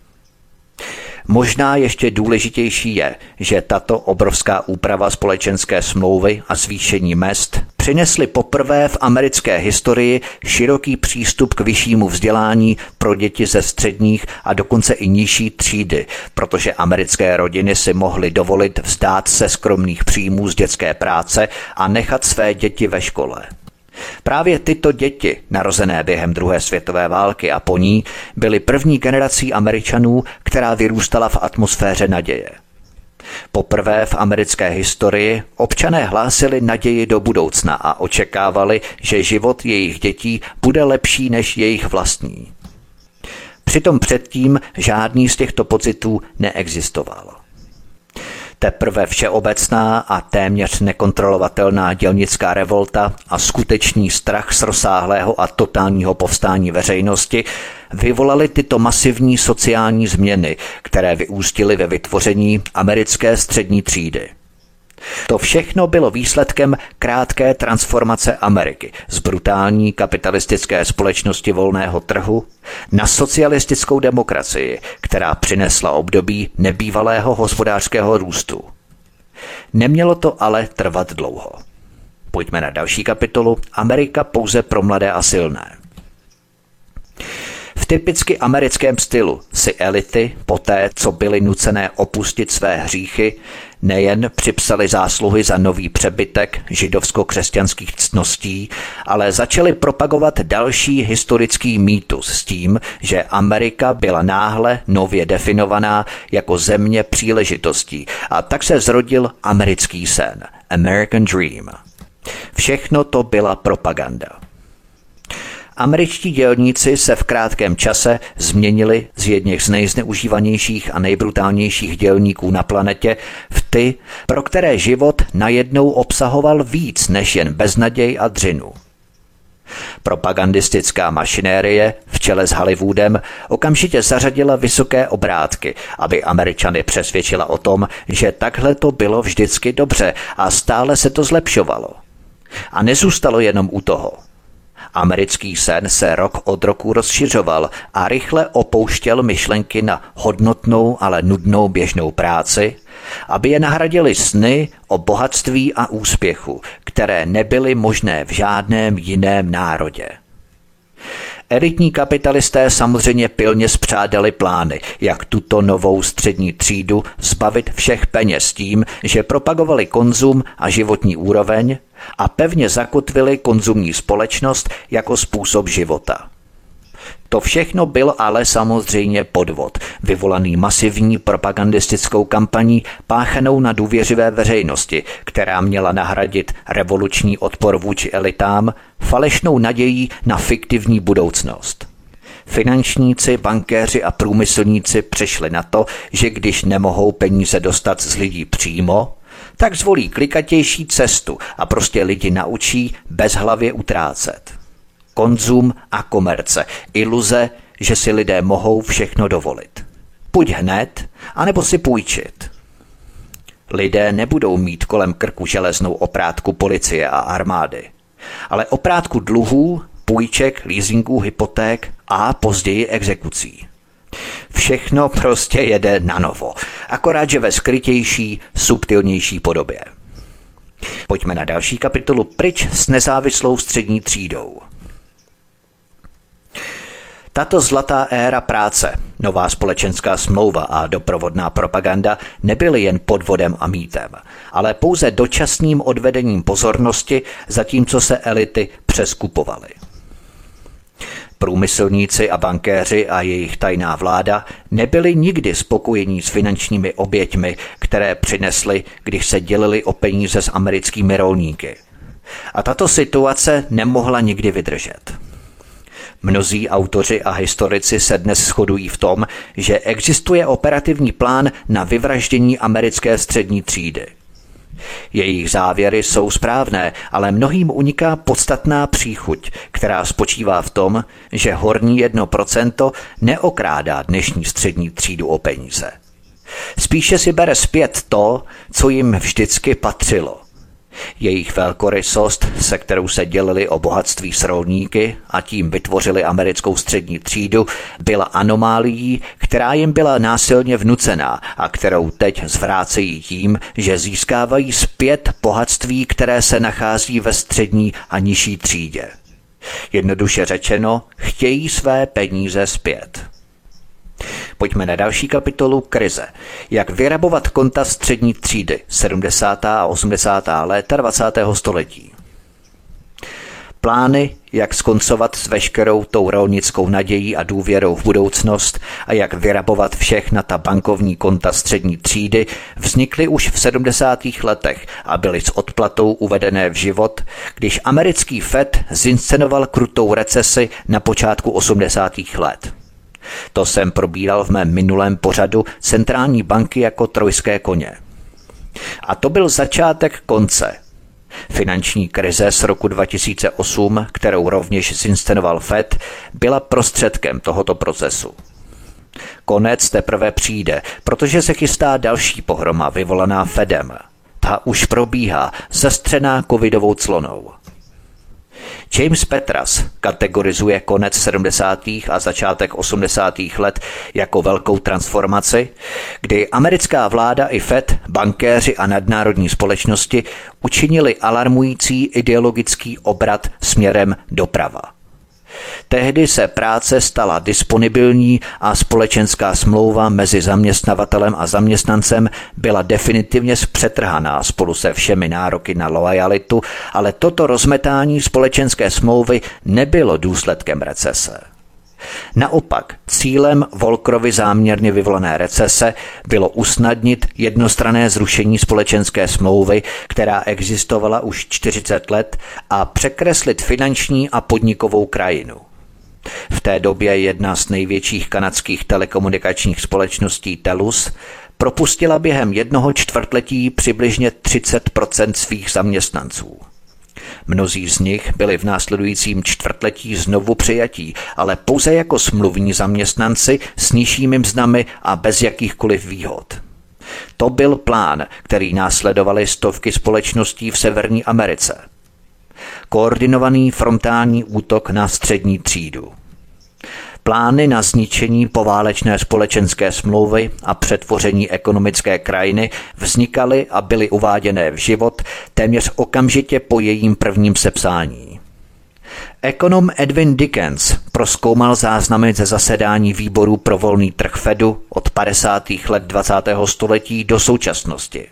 Možná ještě důležitější je, že tato obrovská úprava společenské smlouvy a zvýšení mezd přinesly poprvé v americké historii široký přístup k vyššímu vzdělání pro děti ze středních a dokonce i nižší třídy, protože americké rodiny si mohly dovolit vzdát se skromných příjmů z dětské práce a nechat své děti ve škole. Právě tyto děti, narozené během druhé světové války a po ní, byly první generací Američanů, která vyrůstala v atmosféře naděje. Poprvé v americké historii občané hlásili naději do budoucna a očekávali, že život jejich dětí bude lepší než jejich vlastní. Přitom předtím žádný z těchto pocitů neexistoval. Teprve všeobecná a téměř nekontrolovatelná dělnická revolta a skutečný strach z rozsáhlého a totálního povstání veřejnosti vyvolaly tyto masivní sociální změny, které vyústily ve vytvoření americké střední třídy. To všechno bylo výsledkem krátké transformace Ameriky z brutální kapitalistické společnosti volného trhu na socialistickou demokracii, která přinesla období nebývalého hospodářského růstu. Nemělo to ale trvat dlouho. Pojďme na další kapitolu Amerika pouze pro mladé a silné. V typicky americkém stylu si elity, poté co byly nucené opustit své hříchy, nejen připsali zásluhy za nový přebytek židovsko-křesťanských ctností, ale začali propagovat další historický mýtus s tím, že Amerika byla náhle nově definovaná jako země příležitostí a tak se zrodil americký sen, American Dream. Všechno to byla propaganda. Američtí dělníci se v krátkém čase změnili z jedněch z nejzneužívanějších a nejbrutálnějších dělníků na planetě v ty, pro které život najednou obsahoval víc než jen beznaděj a dřinu. Propagandistická mašinérie v čele s Hollywoodem okamžitě zařadila vysoké obrátky, aby Američany přesvědčila o tom, že takhle to bylo vždycky dobře a stále se to zlepšovalo. A nezůstalo jenom u toho. Americký sen se rok od roku rozšiřoval a rychle opouštěl myšlenky na hodnotnou, ale nudnou běžnou práci, aby je nahradili sny o bohatství a úspěchu, které nebyly možné v žádném jiném národě. Elitní kapitalisté samozřejmě pilně spřádali plány, jak tuto novou střední třídu zbavit všech peněz tím, že propagovali konzum a životní úroveň a pevně zakotvili konzumní společnost jako způsob života. To všechno byl ale samozřejmě podvod, vyvolaný masivní propagandistickou kampaní páchanou na důvěřivé veřejnosti, která měla nahradit revoluční odpor vůči elitám falešnou nadějí na fiktivní budoucnost. Finančníci, bankéři a průmyslníci přišli na to, že když nemohou peníze dostat z lidí přímo, tak zvolí klikatější cestu a prostě lidi naučí bezhlavě utrácet. Konzum a komerce, iluze, že si lidé mohou všechno dovolit. Buď hned, anebo si půjčit. Lidé nebudou mít kolem krku železnou oprátku policie a armády, ale oprátku dluhů, půjček, leasingů, hypoték a později exekucí. Všechno prostě jede na novo, akorát že ve skrytější, subtilnější podobě. Pojďme na další kapitolu Pryč s nezávislou střední třídou. Tato zlatá éra práce, nová společenská smlouva a doprovodná propaganda nebyly jen podvodem a mýtem, ale pouze dočasným odvedením pozornosti, zatímco se elity přeskupovaly. Průmyslníci a bankéři a jejich tajná vláda nebyli nikdy spokojení s finančními oběťmi, které přinesli, když se dělili o peníze s americkými rolníky. A tato situace nemohla nikdy vydržet. Mnozí autoři a historici se dnes shodují v tom, že existuje operativní plán na vyvraždění americké střední třídy. Jejich závěry jsou správné, ale mnohým uniká podstatná příchuť, která spočívá v tom, že horní jedno procento neokrádá dnešní střední třídu o peníze. Spíše si bere zpět to, co jim vždycky patřilo. Jejich velkorysost, se kterou se dělili o bohatství s rolníky a tím vytvořili americkou střední třídu, byla anomálií, která jim byla násilně vnucená a kterou teď zvrácejí tím, že získávají zpět bohatství, které se nachází ve střední a nižší třídě. Jednoduše řečeno, chtějí své peníze zpět. Pojďme na další kapitolu Krize. Jak vyrabovat konta střední třídy sedmdesátá a osmdesátá léta dvacátého století. Plány, jak skoncovat s veškerou tou rolnickou nadějí a důvěrou v budoucnost a jak vyrabovat všechna ta bankovní konta střední třídy, vznikly už v sedmdesátých letech a byly s odplatou uvedené v život, když americký Fed zinscenoval krutou recesi na počátku osmdesátých let. To jsem probíral v mém minulém pořadu Centrální banky jako trojské koně. A to byl začátek konce. Finanční krize z roku dva tisíce osm, kterou rovněž zinscenoval Fed, byla prostředkem tohoto procesu. Konec teprve přijde, protože se chystá další pohroma vyvolaná Fedem. Ta už probíhá, zastřená covidovou clonou. James Petras kategorizuje konec sedmdesátých a začátek osmdesátých let jako velkou transformaci, kdy americká vláda i Fed, bankéři a nadnárodní společnosti učinili alarmující ideologický obrat směrem doprava. Tehdy se práce stala disponibilní a společenská smlouva mezi zaměstnavatelem a zaměstnancem byla definitivně zpřetrhaná spolu se všemi nároky na loajalitu, ale toto rozmetání společenské smlouvy nebylo důsledkem recese. Naopak, cílem Volckerovy záměrně vyvolané recese bylo usnadnit jednostranné zrušení společenské smlouvy, která existovala už čtyřicet let, a překreslit finanční a podnikovou krajinu. V té době jedna z největších kanadských telekomunikačních společností Telus propustila během jednoho čtvrtletí přibližně třicet procent svých zaměstnanců. Mnozí z nich byli v následujícím čtvrtletí znovu přijatí, ale pouze jako smluvní zaměstnanci s nižšími mzdami a bez jakýchkoliv výhod. To byl plán, který následovaly stovky společností v Severní Americe. Koordinovaný frontální útok na střední třídu. Plány na zničení poválečné společenské smlouvy a přetvoření ekonomické krajiny vznikaly a byly uváděné v život téměř okamžitě po jejím prvním sepsání. Ekonom Edwin Dickens prozkoumal záznamy ze zasedání výboru pro volný trh Fedu od padesátých let dvacátého století do současnosti.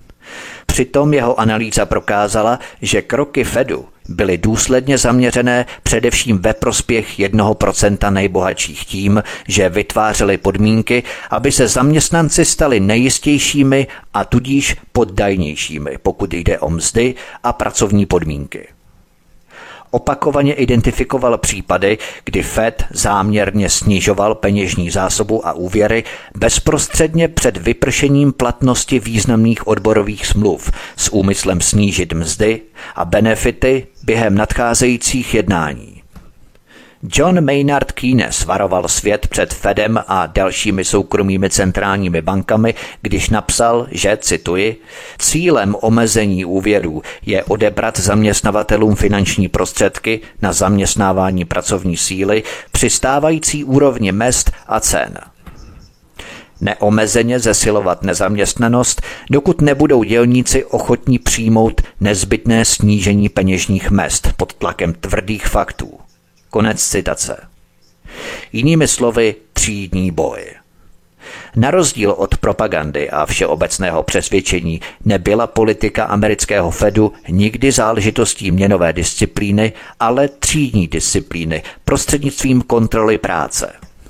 Přitom jeho analýza prokázala, že kroky Fedu byly důsledně zaměřené především ve prospěch jednoho procenta nejbohatších tím, že vytvářely podmínky, aby se zaměstnanci stali nejistějšími a tudíž poddajnějšími, pokud jde o mzdy a pracovní podmínky. Opakovaně identifikoval případy, kdy Fed záměrně snižoval peněžní zásobu a úvěry bezprostředně před vypršením platnosti významných odborových smluv s úmyslem snížit mzdy a benefity během nadcházejících jednání. John Maynard Keynes varoval svět před Fedem a dalšími soukromými centrálními bankami, když napsal, že, cituji, cílem omezení úvěrů je odebrat zaměstnavatelům finanční prostředky na zaměstnávání pracovní síly při stávající úrovni mezd a cen. neomezeně zesilovat nezaměstnanost, dokud nebudou dělníci ochotní přijmout nezbytné snížení peněžních mezd pod tlakem tvrdých faktů. Konec citace. Jinými slovy, třídní boj. Na rozdíl od propagandy a všeobecného přesvědčení nebyla politika amerického Fedu nikdy záležitostí měnové disciplíny, ale třídní disciplíny prostřednictvím kontroly práce.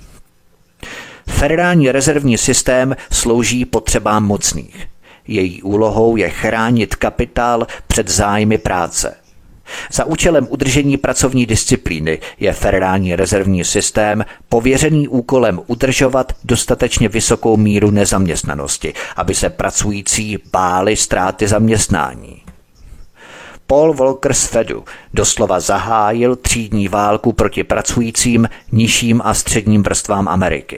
Federální rezervní systém slouží potřebám mocných. Její úlohou je chránit kapitál před zájmy práce. Za účelem udržení pracovní disciplíny je federální rezervní systém pověřený úkolem udržovat dostatečně vysokou míru nezaměstnanosti, aby se pracující báli ztráty zaměstnání. Paul Volcker z Fedu doslova zahájil třídní válku proti pracujícím nižším a středním vrstvám Ameriky.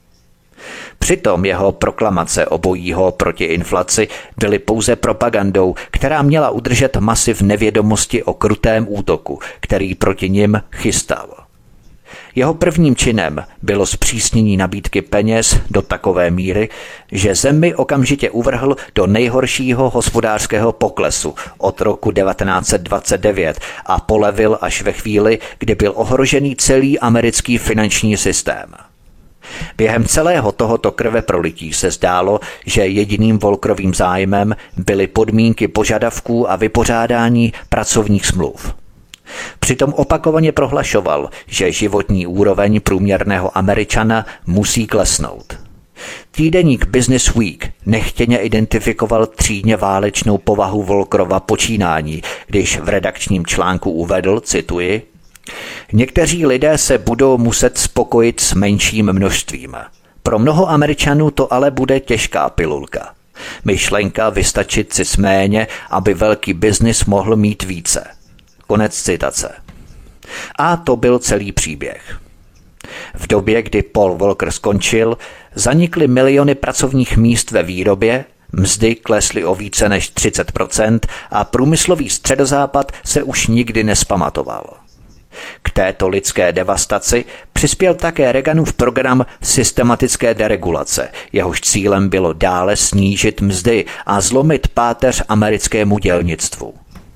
Přitom jeho proklamace obojího proti inflaci byly pouze propagandou, která měla udržet masy v nevědomosti o krutém útoku, který proti nim chystal. Jeho prvním činem bylo zpřísnění nabídky peněz do takové míry, že zemi okamžitě uvrhl do nejhoršího hospodářského poklesu od roku devatenáct set dvacet devět a polevil až ve chvíli, kdy byl ohrožený celý americký finanční systém. Během celého tohoto krveprolití se zdálo, že jediným Volckerovým zájmem byly podmínky požadavků a vypořádání pracovních smluv. Přitom opakovaně prohlašoval, že životní úroveň průměrného Američana musí klesnout. Týdeník Business Week nechtěně identifikoval třídně válečnou povahu Volckerova počínání, když v redakčním článku uvedl, cituji, někteří lidé se budou muset spokojit s menším množstvím. Pro mnoho Američanů to ale bude těžká pilulka. Myšlenka vystačit si s méně, aby velký biznis mohl mít více. Konec citace. A to byl celý příběh. V době, kdy Paul Volcker skončil, zanikly miliony pracovních míst ve výrobě, mzdy klesly o více než třicet procent a průmyslový středozápad se už nikdy nespamatoval. K této lidské devastaci přispěl také Reaganův program systematické deregulace, jehož cílem bylo dále snížit mzdy a zlomit páteř americkému dělnictvu.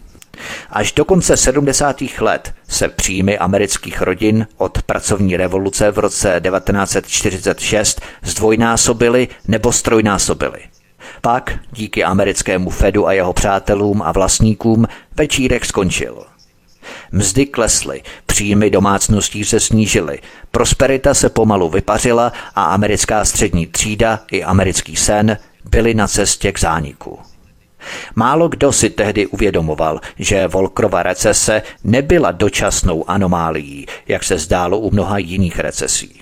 Až do konce sedmdesátých let se příjmy amerických rodin od pracovní revoluce v roce devatenáct set čtyřicet šest zdvojnásobily nebo strojnásobily. Pak, díky americkému Fedu a jeho přátelům a vlastníkům, večírek skončil. Mzdy klesly, příjmy domácností se snížily, prosperita se pomalu vypařila a americká střední třída i americký sen byly na cestě k zániku. Málo kdo si tehdy uvědomoval, že Volckerova recese nebyla dočasnou anomálií, jak se zdálo u mnoha jiných recesí.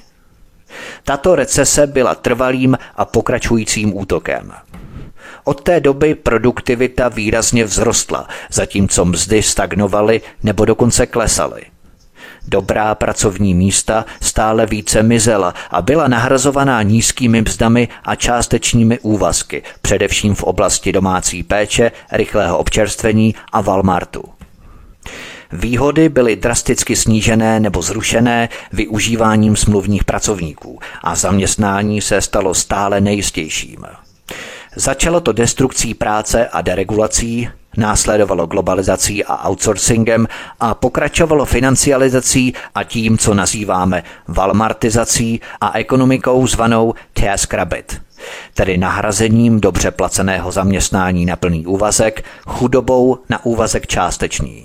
Tato recese byla trvalým a pokračujícím útokem. Od té doby produktivita výrazně vzrostla, zatímco mzdy stagnovaly nebo dokonce klesaly. Dobrá pracovní místa stále více mizela a byla nahrazovaná nízkými mzdami a částečnými úvazky, především v oblasti domácí péče, rychlého občerstvení a Walmartu. Výhody byly drasticky snížené nebo zrušené využíváním smluvních pracovníků a zaměstnání se stalo stále nejistějším. Začalo to destrukcí práce a deregulací, následovalo globalizací a outsourcingem a pokračovalo financializací a tím, co nazýváme walmartizací a ekonomikou zvanou TaskRabbit, tedy nahrazením dobře placeného zaměstnání na plný úvazek chudobou na úvazek částečný.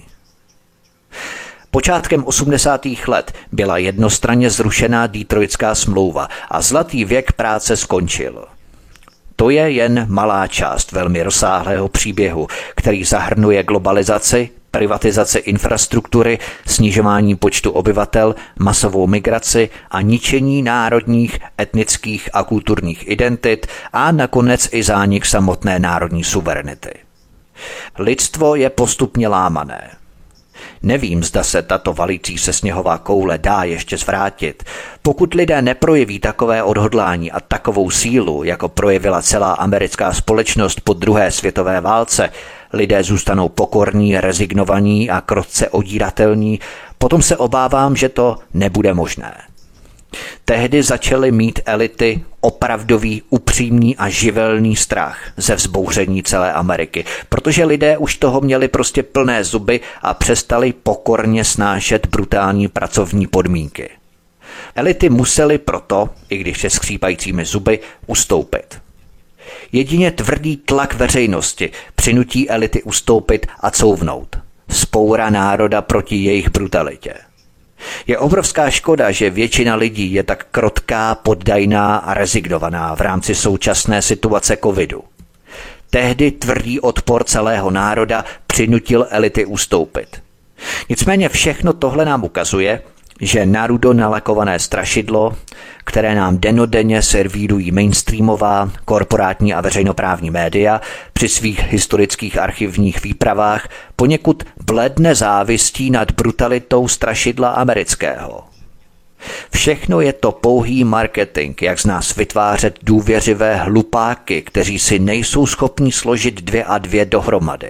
Počátkem osmdesátých let byla jednostranně zrušená Detroitská smlouva a zlatý věk práce skončil. To je jen malá část velmi rozsáhlého příběhu, který zahrnuje globalizaci, privatizaci infrastruktury, snižování počtu obyvatel, masovou migraci a ničení národních, etnických a kulturních identit a nakonec i zánik samotné národní suverenity. Lidstvo je postupně lámané. Nevím, zda se tato valící se sněhová koule dá ještě zvrátit. Pokud lidé neprojeví takové odhodlání a takovou sílu, jako projevila celá americká společnost po druhé světové válce, lidé zůstanou pokorní, rezignovaní a krotce odíratelní, potom se obávám, že to nebude možné. Tehdy začaly mít elity opravdový, upřímný a živelný strach ze vzbouření celé Ameriky, protože lidé už toho měli prostě plné zuby a přestali pokorně snášet brutální pracovní podmínky. Elity musely proto, i když se skřípajícími zuby, ustoupit. Jedině tvrdý tlak veřejnosti přinutí elity ustoupit a couvnout. Vzpoura národa proti jejich brutalitě. Je obrovská škoda, že většina lidí je tak krotká, poddajná a rezignovaná v rámci současné situace covidu. Tehdy tvrdý odpor celého národa přinutil elity ustoupit. Nicméně všechno tohle nám ukazuje, že narudo nalakované strašidlo, které nám dennodenně servírují mainstreamová, korporátní a veřejnoprávní média při svých historických archivních výpravách, poněkud bledne závistí nad brutalitou strašidla amerického. Všechno je to pouhý marketing, jak z nás vytvářet důvěřivé hlupáky, kteří si nejsou schopni složit dvě a dvě dohromady.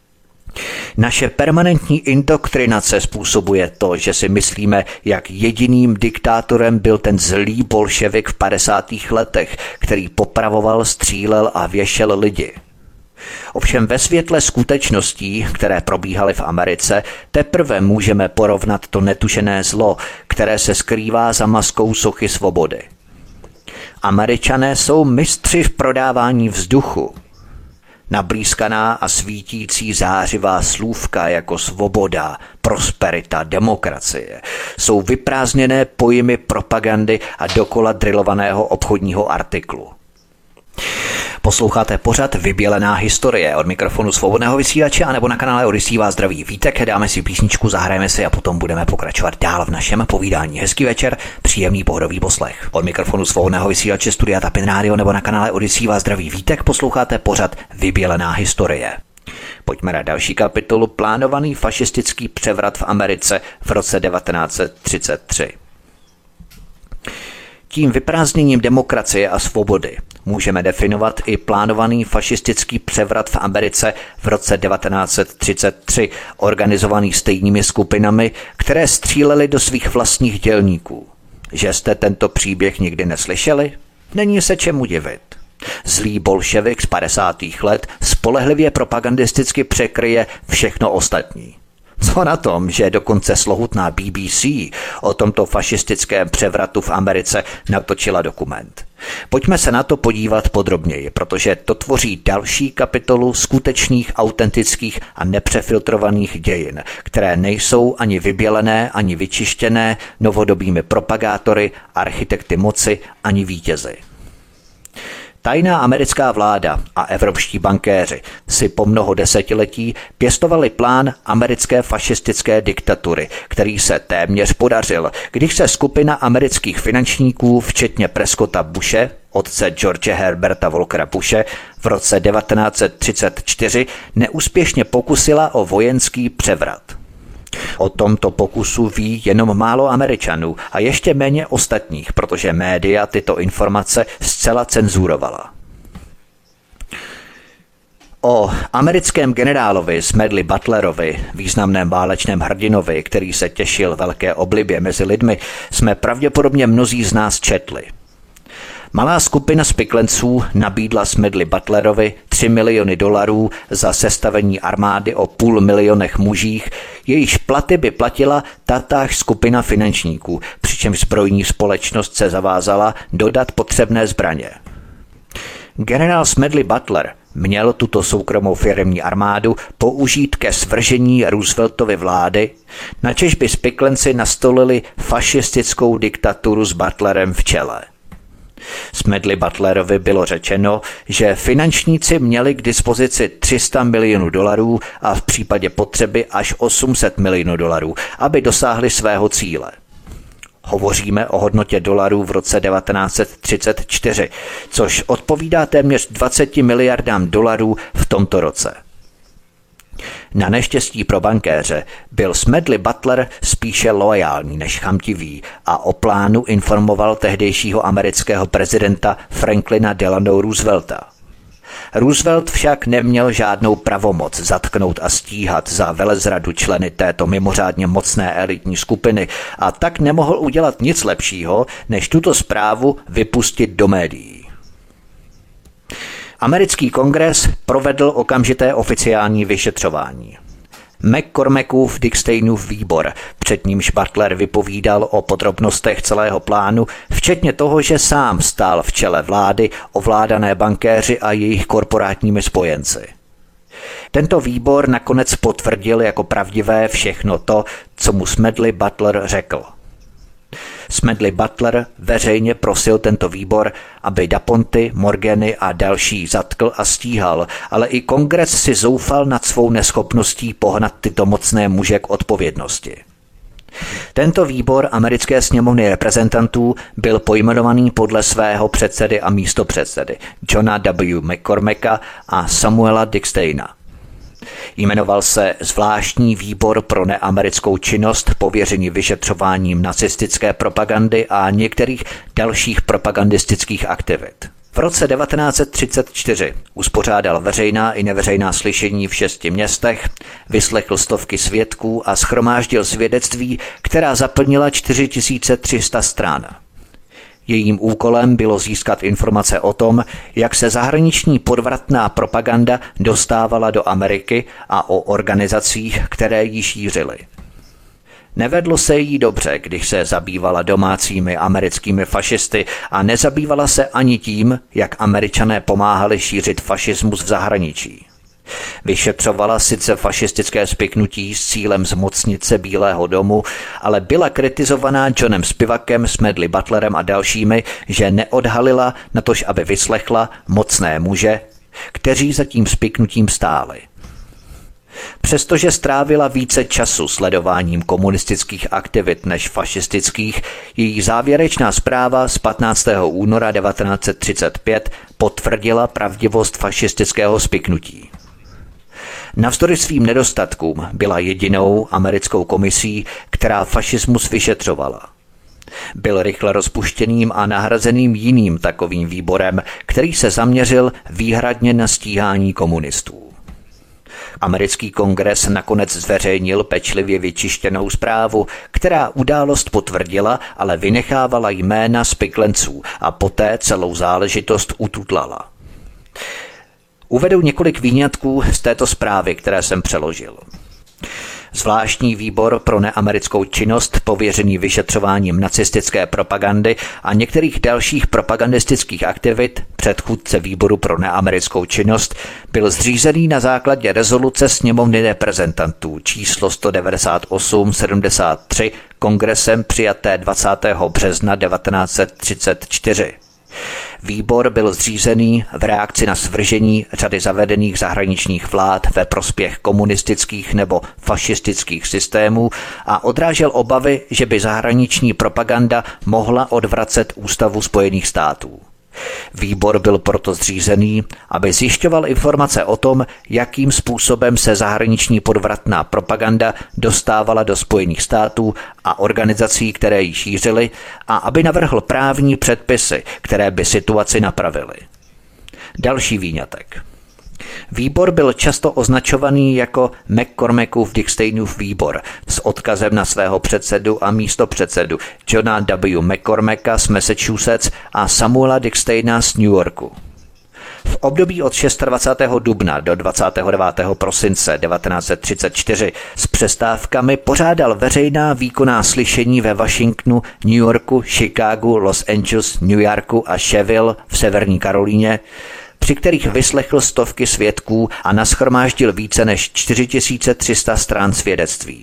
Naše permanentní indoktrinace způsobuje to, že si myslíme, jak jediným diktátorem byl ten zlý bolševik v padesátých letech, který popravoval, střílel a věšel lidi. Ovšem ve světle skutečností, které probíhaly v Americe, teprve můžeme porovnat to netušené zlo, které se skrývá za maskou sochy svobody. Američané jsou mistři v prodávání vzduchu. Nablízkaná a svítící zářivá slůvka jako svoboda, prosperita, demokracie jsou vyprázdněné pojmy propagandy a dokola drilovaného obchodního artiklu. Posloucháte pořad Vybělená historie. Od mikrofonu Svobodného vysílače a nebo na kanále Odyssey vás zdraví Vítek. Dáme si písničku, zahrajeme si a potom budeme pokračovat dál v našem povídání. Hezký večer, příjemný pohodový poslech. Od mikrofonu Svobodného vysílače Studia Tapin Radio nebo na kanále Odyssey vás zdraví Vítek. Posloucháte pořad Vybělená historie. Pojďme na další kapitolu. Plánovaný fašistický převrat v Americe v roce devatenáct set třicet tři. Tím vyprázdněním demokracie a svobody můžeme definovat i plánovaný fašistický převrat v Americe v roce devatenáct set třicet tři, organizovaný stejnými skupinami, které střílely do svých vlastních dělníků. Že jste tento příběh nikdy neslyšeli? Není se čemu divit. Zlý bolševik z padesátých let spolehlivě propagandisticky překryje všechno ostatní. Co na tom, že dokonce slovutná B B C o tomto fašistickém převratu v Americe natočila dokument. Pojďme se na to podívat podrobněji, protože to tvoří další kapitolu skutečných, autentických a nepřefiltrovaných dějin, které nejsou ani vybělené, ani vyčištěné novodobými propagátory, architekty moci, ani vítězi. Tajná americká vláda a evropští bankéři si po mnoho desetiletí pěstovali plán americké fašistické diktatury, který se téměř podařil, když se skupina amerických finančníků, včetně Prescotta Bushe, otce George Herberta Walkera Bushe, v roce devatenáct set třicet čtyři neúspěšně pokusila o vojenský převrat. O tomto pokusu ví jenom málo Američanů a ještě méně ostatních, protože média tyto informace zcela cenzurovala. O americkém generálovi Smedley Butlerovi, významném válečném hrdinovi, který se těšil velké oblibě mezi lidmi, jsme pravděpodobně mnozí z nás četli. Malá skupina spiklenců nabídla Smedley Butlerovi tři miliony dolarů za sestavení armády o půl milionech mužích, jejíž platy by platila tatáž skupina finančníků, přičemž zbrojní společnost se zavázala dodat potřebné zbraně. Generál Smedley Butler měl tuto soukromou firemní armádu použít ke svržení Rooseveltovy vlády, načež by spiklenci nastolili fašistickou diktaturu s Butlerem v čele. Smedley Butlerovi bylo řečeno, že finančníci měli k dispozici tři sta milionů dolarů a v případě potřeby až osm set milionů dolarů, aby dosáhli svého cíle. Hovoříme o hodnotě dolarů v roce devatenáct set třicet čtyři, což odpovídá téměř dvaceti miliardám dolarů v tomto roce. Na neštěstí pro bankéře byl Smedley Butler spíše loajální než chamtivý a o plánu informoval tehdejšího amerického prezidenta Franklina Delano Roosevelta. Roosevelt však neměl žádnou pravomoc zatknout a stíhat za velezradu členy této mimořádně mocné elitní skupiny a tak nemohl udělat nic lepšího, než tuto zprávu vypustit do médií. Americký kongres provedl okamžité oficiální vyšetřování. McCormackův Dicksteinův výbor, před nímž Butler vypovídal o podrobnostech celého plánu, včetně toho, že sám stál v čele vlády ovládané bankéři a jejich korporátními spojenci. Tento výbor nakonec potvrdil jako pravdivé všechno to, co mu Smedley Butler řekl. Smedley Butler veřejně prosil tento výbor, aby DuPonty, Morgany a další zatkl a stíhal, ale i kongres si zoufal nad svou neschopností pohnat tyto mocné muže k odpovědnosti. Tento výbor americké sněmovny reprezentantů byl pojmenovaný podle svého předsedy a místopředsedy Johna W. McCormacka a Samuela Dicksteina. Jmenoval se Zvláštní výbor pro neamerickou činnost pověřený vyšetřováním nacistické propagandy a některých dalších propagandistických aktivit. V roce devatenáct set třicet čtyři uspořádal veřejná i neveřejná slyšení v šesti městech, vyslechl stovky svědků a shromáždil svědectví, která zaplnila čtyři tisíce tři sta stran. Jejím úkolem bylo získat informace o tom, jak se zahraniční podvratná propaganda dostávala do Ameriky a o organizacích, které ji šířily. Nevedlo se jí dobře, když se zabývala domácími americkými fašisty a nezabývala se ani tím, jak Američané pomáhali šířit fašismus v zahraničí. Vyšetřovala sice fašistické spiknutí s cílem zmocnit se Bílého domu, ale byla kritizovaná Johnem Spivakem, Smedley Butlerem a dalšími, že neodhalila, natož aby vyslechla mocné muže, kteří za tím spiknutím stáli. Přestože strávila více času sledováním komunistických aktivit než fašistických, její závěrečná zpráva z patnáctého února devatenáct set třicet pět potvrdila pravdivost fašistického spiknutí. Navzdory svým nedostatkům byla jedinou americkou komisí, která fašismus vyšetřovala. Byl rychle rozpuštěným a nahrazeným jiným takovým výborem, který se zaměřil výhradně na stíhání komunistů. Americký kongres nakonec zveřejnil pečlivě vyčištěnou zprávu, která událost potvrdila, ale vynechávala jména spiklenců a poté celou záležitost ututlala. Uvedu několik výňatků z této zprávy, které jsem přeložil. Zvláštní výbor pro neamerickou činnost pověřený vyšetřováním nacistické propagandy a některých dalších propagandistických aktivit, předchůdce výboru pro neamerickou činnost, byl zřízený na základě rezoluce sněmovny reprezentantů číslo sto devadesát osm sedmdesát tři kongresem přijaté dvacátého března devatenáct set třicet čtyři. Výbor byl zřízený v reakci na svržení řady zavedených zahraničních vlád ve prospěch komunistických nebo fašistických systémů a odrážel obavy, že by zahraniční propaganda mohla odvracet Ústavu Spojených států. Výbor byl proto zřízený, aby zjišťoval informace o tom, jakým způsobem se zahraniční podvratná propaganda dostávala do Spojených států a organizací, které ji šířily, a aby navrhl právní předpisy, které by situaci napravily. Další výňatek. Výbor byl často označovaný jako McCormackův Dicksteinův výbor s odkazem na svého předsedu a místopředsedu Johna W. McCormacka z Massachusetts a Samuela Dicksteina z New Yorku. V období od dvacátého šestého dubna do dvacátého devátého prosince devatenáct set třicet čtyři s přestávkami pořádal veřejná výkonná slyšení ve Washingtonu, New Yorku, Chicagu, Los Angeles, New Yorku a Shelbyville v Severní Karolíně, při kterých vyslechl stovky svědků a nashromáždil více než čtyři tisíce tři sta stran svědectví.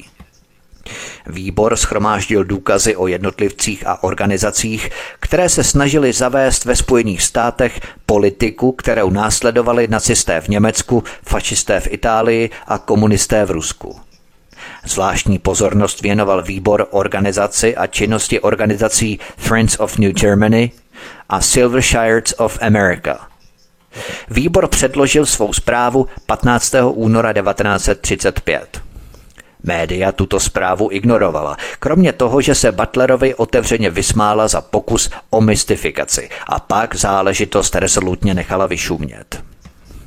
Výbor shromáždil důkazy o jednotlivcích a organizacích, které se snažili zavést ve Spojených státech politiku, kterou následovali nacisté v Německu, fašisté v Itálii a komunisté v Rusku. Zvláštní pozornost věnoval výbor organizaci a činnosti organizací Friends of New Germany a Silver Shirts of America. Výbor předložil svou zprávu patnáctého února devatenáct set třicet pět. Média tuto zprávu ignorovala, kromě toho, že se Butlerovi otevřeně vysmála za pokus o mystifikaci a pak záležitost rezolutně nechala vyšumět.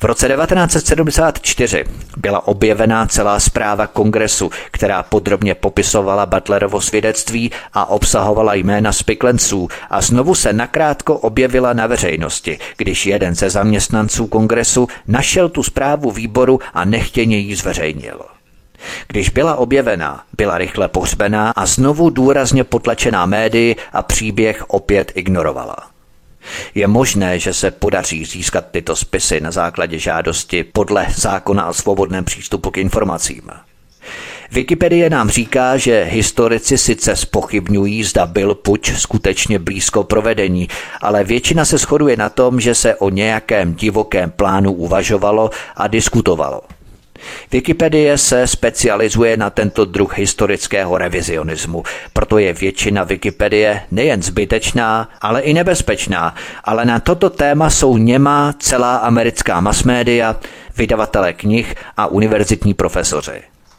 V roce devatenáct set sedmdesát čtyři byla objevená celá zpráva Kongresu, která podrobně popisovala Butlerovo svědectví a obsahovala jména spiklenců a znovu se nakrátko objevila na veřejnosti, když jeden ze zaměstnanců Kongresu našel tu zprávu výboru a nechtěně ji zveřejnil. Když byla objevena, byla rychle pohřbená a znovu důrazně potlačená médii a příběh opět ignorovala. Je možné, že se podaří získat tyto spisy na základě žádosti podle zákona o svobodném přístupu k informacím. Wikipedie nám říká, že historici sice zpochybňují, zda byl puč skutečně blízko provedení, ale většina se shoduje na tom, že se o nějakém divokém plánu uvažovalo a diskutovalo. Wikipedie se specializuje na tento druh historického revizionismu, proto je většina Wikipedie nejen zbytečná, ale i nebezpečná, ale na toto téma jsou němá celá americká masmédia, vydavatelé knih a univerzitní profesoři.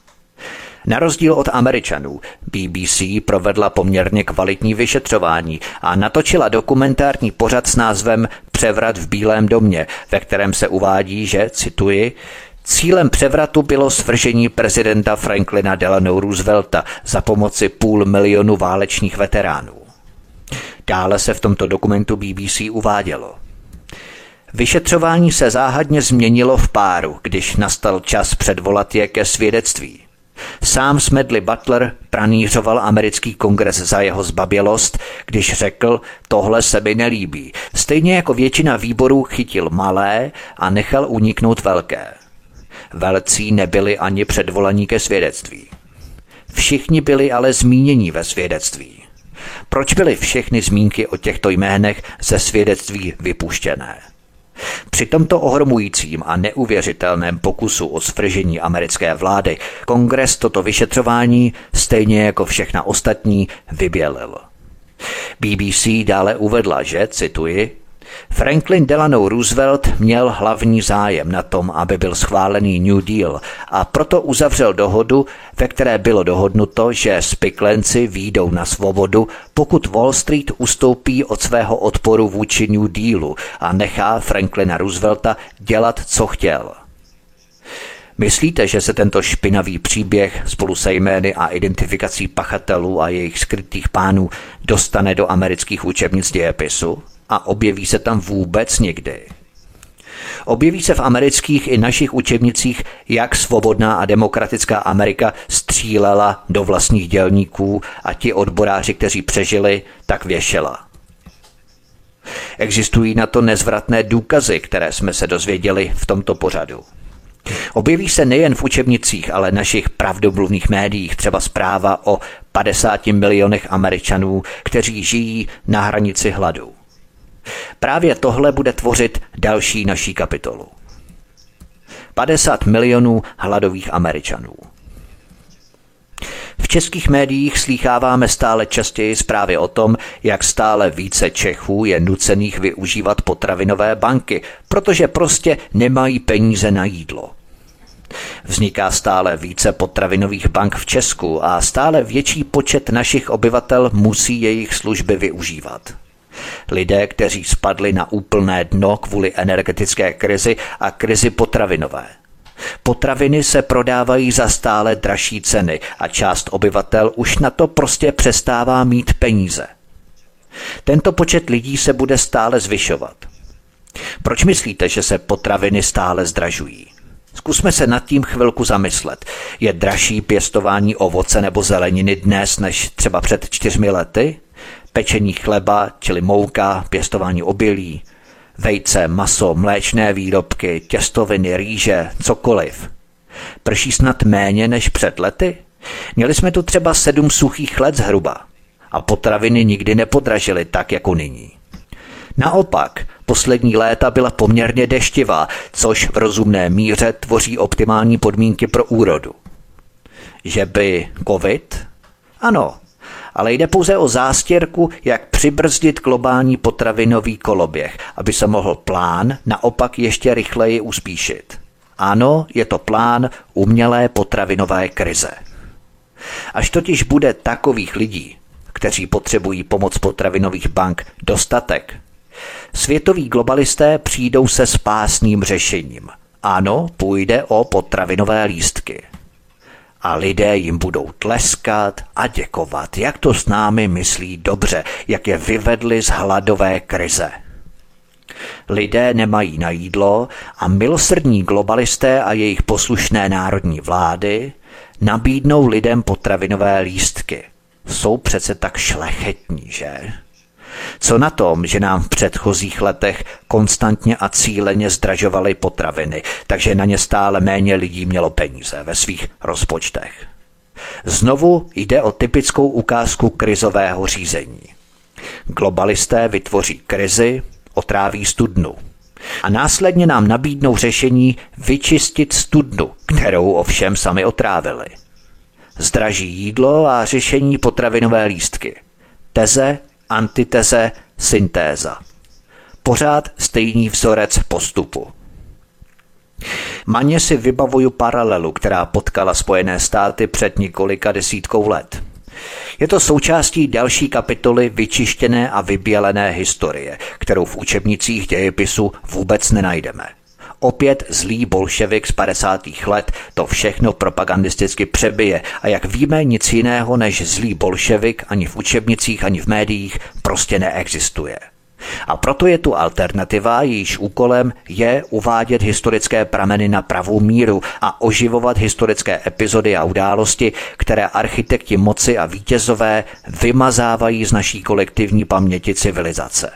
Na rozdíl od Američanů, B B C provedla poměrně kvalitní vyšetřování a natočila dokumentární pořad s názvem Převrat v Bílém domě, ve kterém se uvádí, že, cituji, cílem převratu bylo svržení prezidenta Franklina Delano Roosevelta za pomoci půl milionu válečných veteránů. Dále se v tomto dokumentu B B C uvádělo. Vyšetřování se záhadně změnilo v páru, když nastal čas předvolat je ke svědectví. Sám Smedley Butler pranířoval americký kongres za jeho zbabělost, když řekl, tohle se mi nelíbí. Stejně jako většina výborů chytil malé a nechal uniknout velké. Velcí nebyli ani předvolaní ke svědectví. Všichni byli ale zmíněni ve svědectví. Proč byly všechny zmínky o těchto jménech ze svědectví vypuštěné? Při tomto ohromujícím a neuvěřitelném pokusu o svržení americké vlády Kongres toto vyšetřování, stejně jako všechna ostatní, vybělil. B B C dále uvedla, že, cituji, Franklin Delano Roosevelt měl hlavní zájem na tom, aby byl schválený New Deal a proto uzavřel dohodu, ve které bylo dohodnuto, že spiklenci výjdou na svobodu, pokud Wall Street ustoupí od svého odporu vůči New Dealu a nechá Franklina Roosevelta dělat, co chtěl. Myslíte, že se tento špinavý příběh spolu se jmény a identifikací pachatelů a jejich skrytých pánů dostane do amerických učebnic dějepisu? A objeví se tam vůbec někdy? Objeví se v amerických i našich učebnicích, jak svobodná a demokratická Amerika střílela do vlastních dělníků a ti odboráři, kteří přežili, tak věšela. Existují na to nezvratné důkazy, které jsme se dozvěděli v tomto pořadu. Objeví se nejen v učebnicích, ale našich pravdomluvných médiích, třeba zpráva o padesáti milionech Američanů, kteří žijí na hranici hladu. Právě tohle bude tvořit další naší kapitolu. padesát milionů hladových Američanů. V českých médiích slýcháváme stále častěji zprávy o tom, jak stále více Čechů je nucených využívat potravinové banky, protože prostě nemají peníze na jídlo. Vzniká stále více potravinových bank v Česku a stále větší počet našich obyvatel musí jejich služby využívat. Lidé, kteří spadli na úplné dno kvůli energetické krizi a krizi potravinové. Potraviny se prodávají za stále dražší ceny a část obyvatel už na to prostě přestává mít peníze. Tento počet lidí se bude stále zvyšovat. Proč myslíte, že se potraviny stále zdražují? Zkusme se nad tím chvilku zamyslet. Je dražší pěstování ovoce nebo zeleniny dnes než třeba před čtyřmi lety? Pečení chleba, čili mouka, pěstování obilí, vejce, maso, mléčné výrobky, těstoviny, rýže, cokoliv. Prší snad méně než před lety? Měli jsme tu třeba sedm suchých let zhruba a potraviny nikdy nepodražily tak jako nyní. Naopak, poslední léta byla poměrně deštivá, což v rozumné míře tvoří optimální podmínky pro úrodu. Že by covid? Ano, ale jde pouze o zástěrku, jak přibrzdit globální potravinový koloběh, aby se mohl plán naopak ještě rychleji uspíšit. Ano, je to plán umělé potravinové krize. Až totiž bude takových lidí, kteří potřebují pomoc potravinových bank, dostatek, Světoví globalisté přijdou se spásným řešením. Ano, půjde o potravinové lístky. A lidé jim budou tleskat a děkovat, jak to s námi myslí dobře, jak je vyvedli z hladové krize. Lidé nemají na jídlo a milosrdní globalisté a jejich poslušné národní vlády nabídnou lidem potravinové lístky. Jsou přece tak šlechetní, že? Co na tom, že nám v předchozích letech konstantně a cíleně zdražovaly potraviny, takže na ně stále méně lidí mělo peníze ve svých rozpočtech. Znovu jde o typickou ukázku krizového řízení. Globalisté vytvoří krizi, otráví studnu. A následně nám nabídnou řešení vyčistit studnu, kterou ovšem sami otrávili. Zdraží jídlo a řešení potravinové lístky. Teze, antiteze, syntéza. Pořád stejný vzorec postupu. Maně si vybavuju paralelu, která potkala Spojené státy před několika desítkou let. Je to součástí další kapitoly vyčištěné a vybělené historie, kterou v učebnicích dějepisu vůbec nenajdeme. Opět zlý bolševik z padesátých let to všechno propagandisticky přebije a jak víme, nic jiného než zlý bolševik ani v učebnicích, ani v médiích prostě neexistuje. A proto je tu alternativa, jejíž úkolem je uvádět historické prameny na pravou míru a oživovat historické epizody a události, které architekti moci a vítězové vymazávají z naší kolektivní paměti civilizace.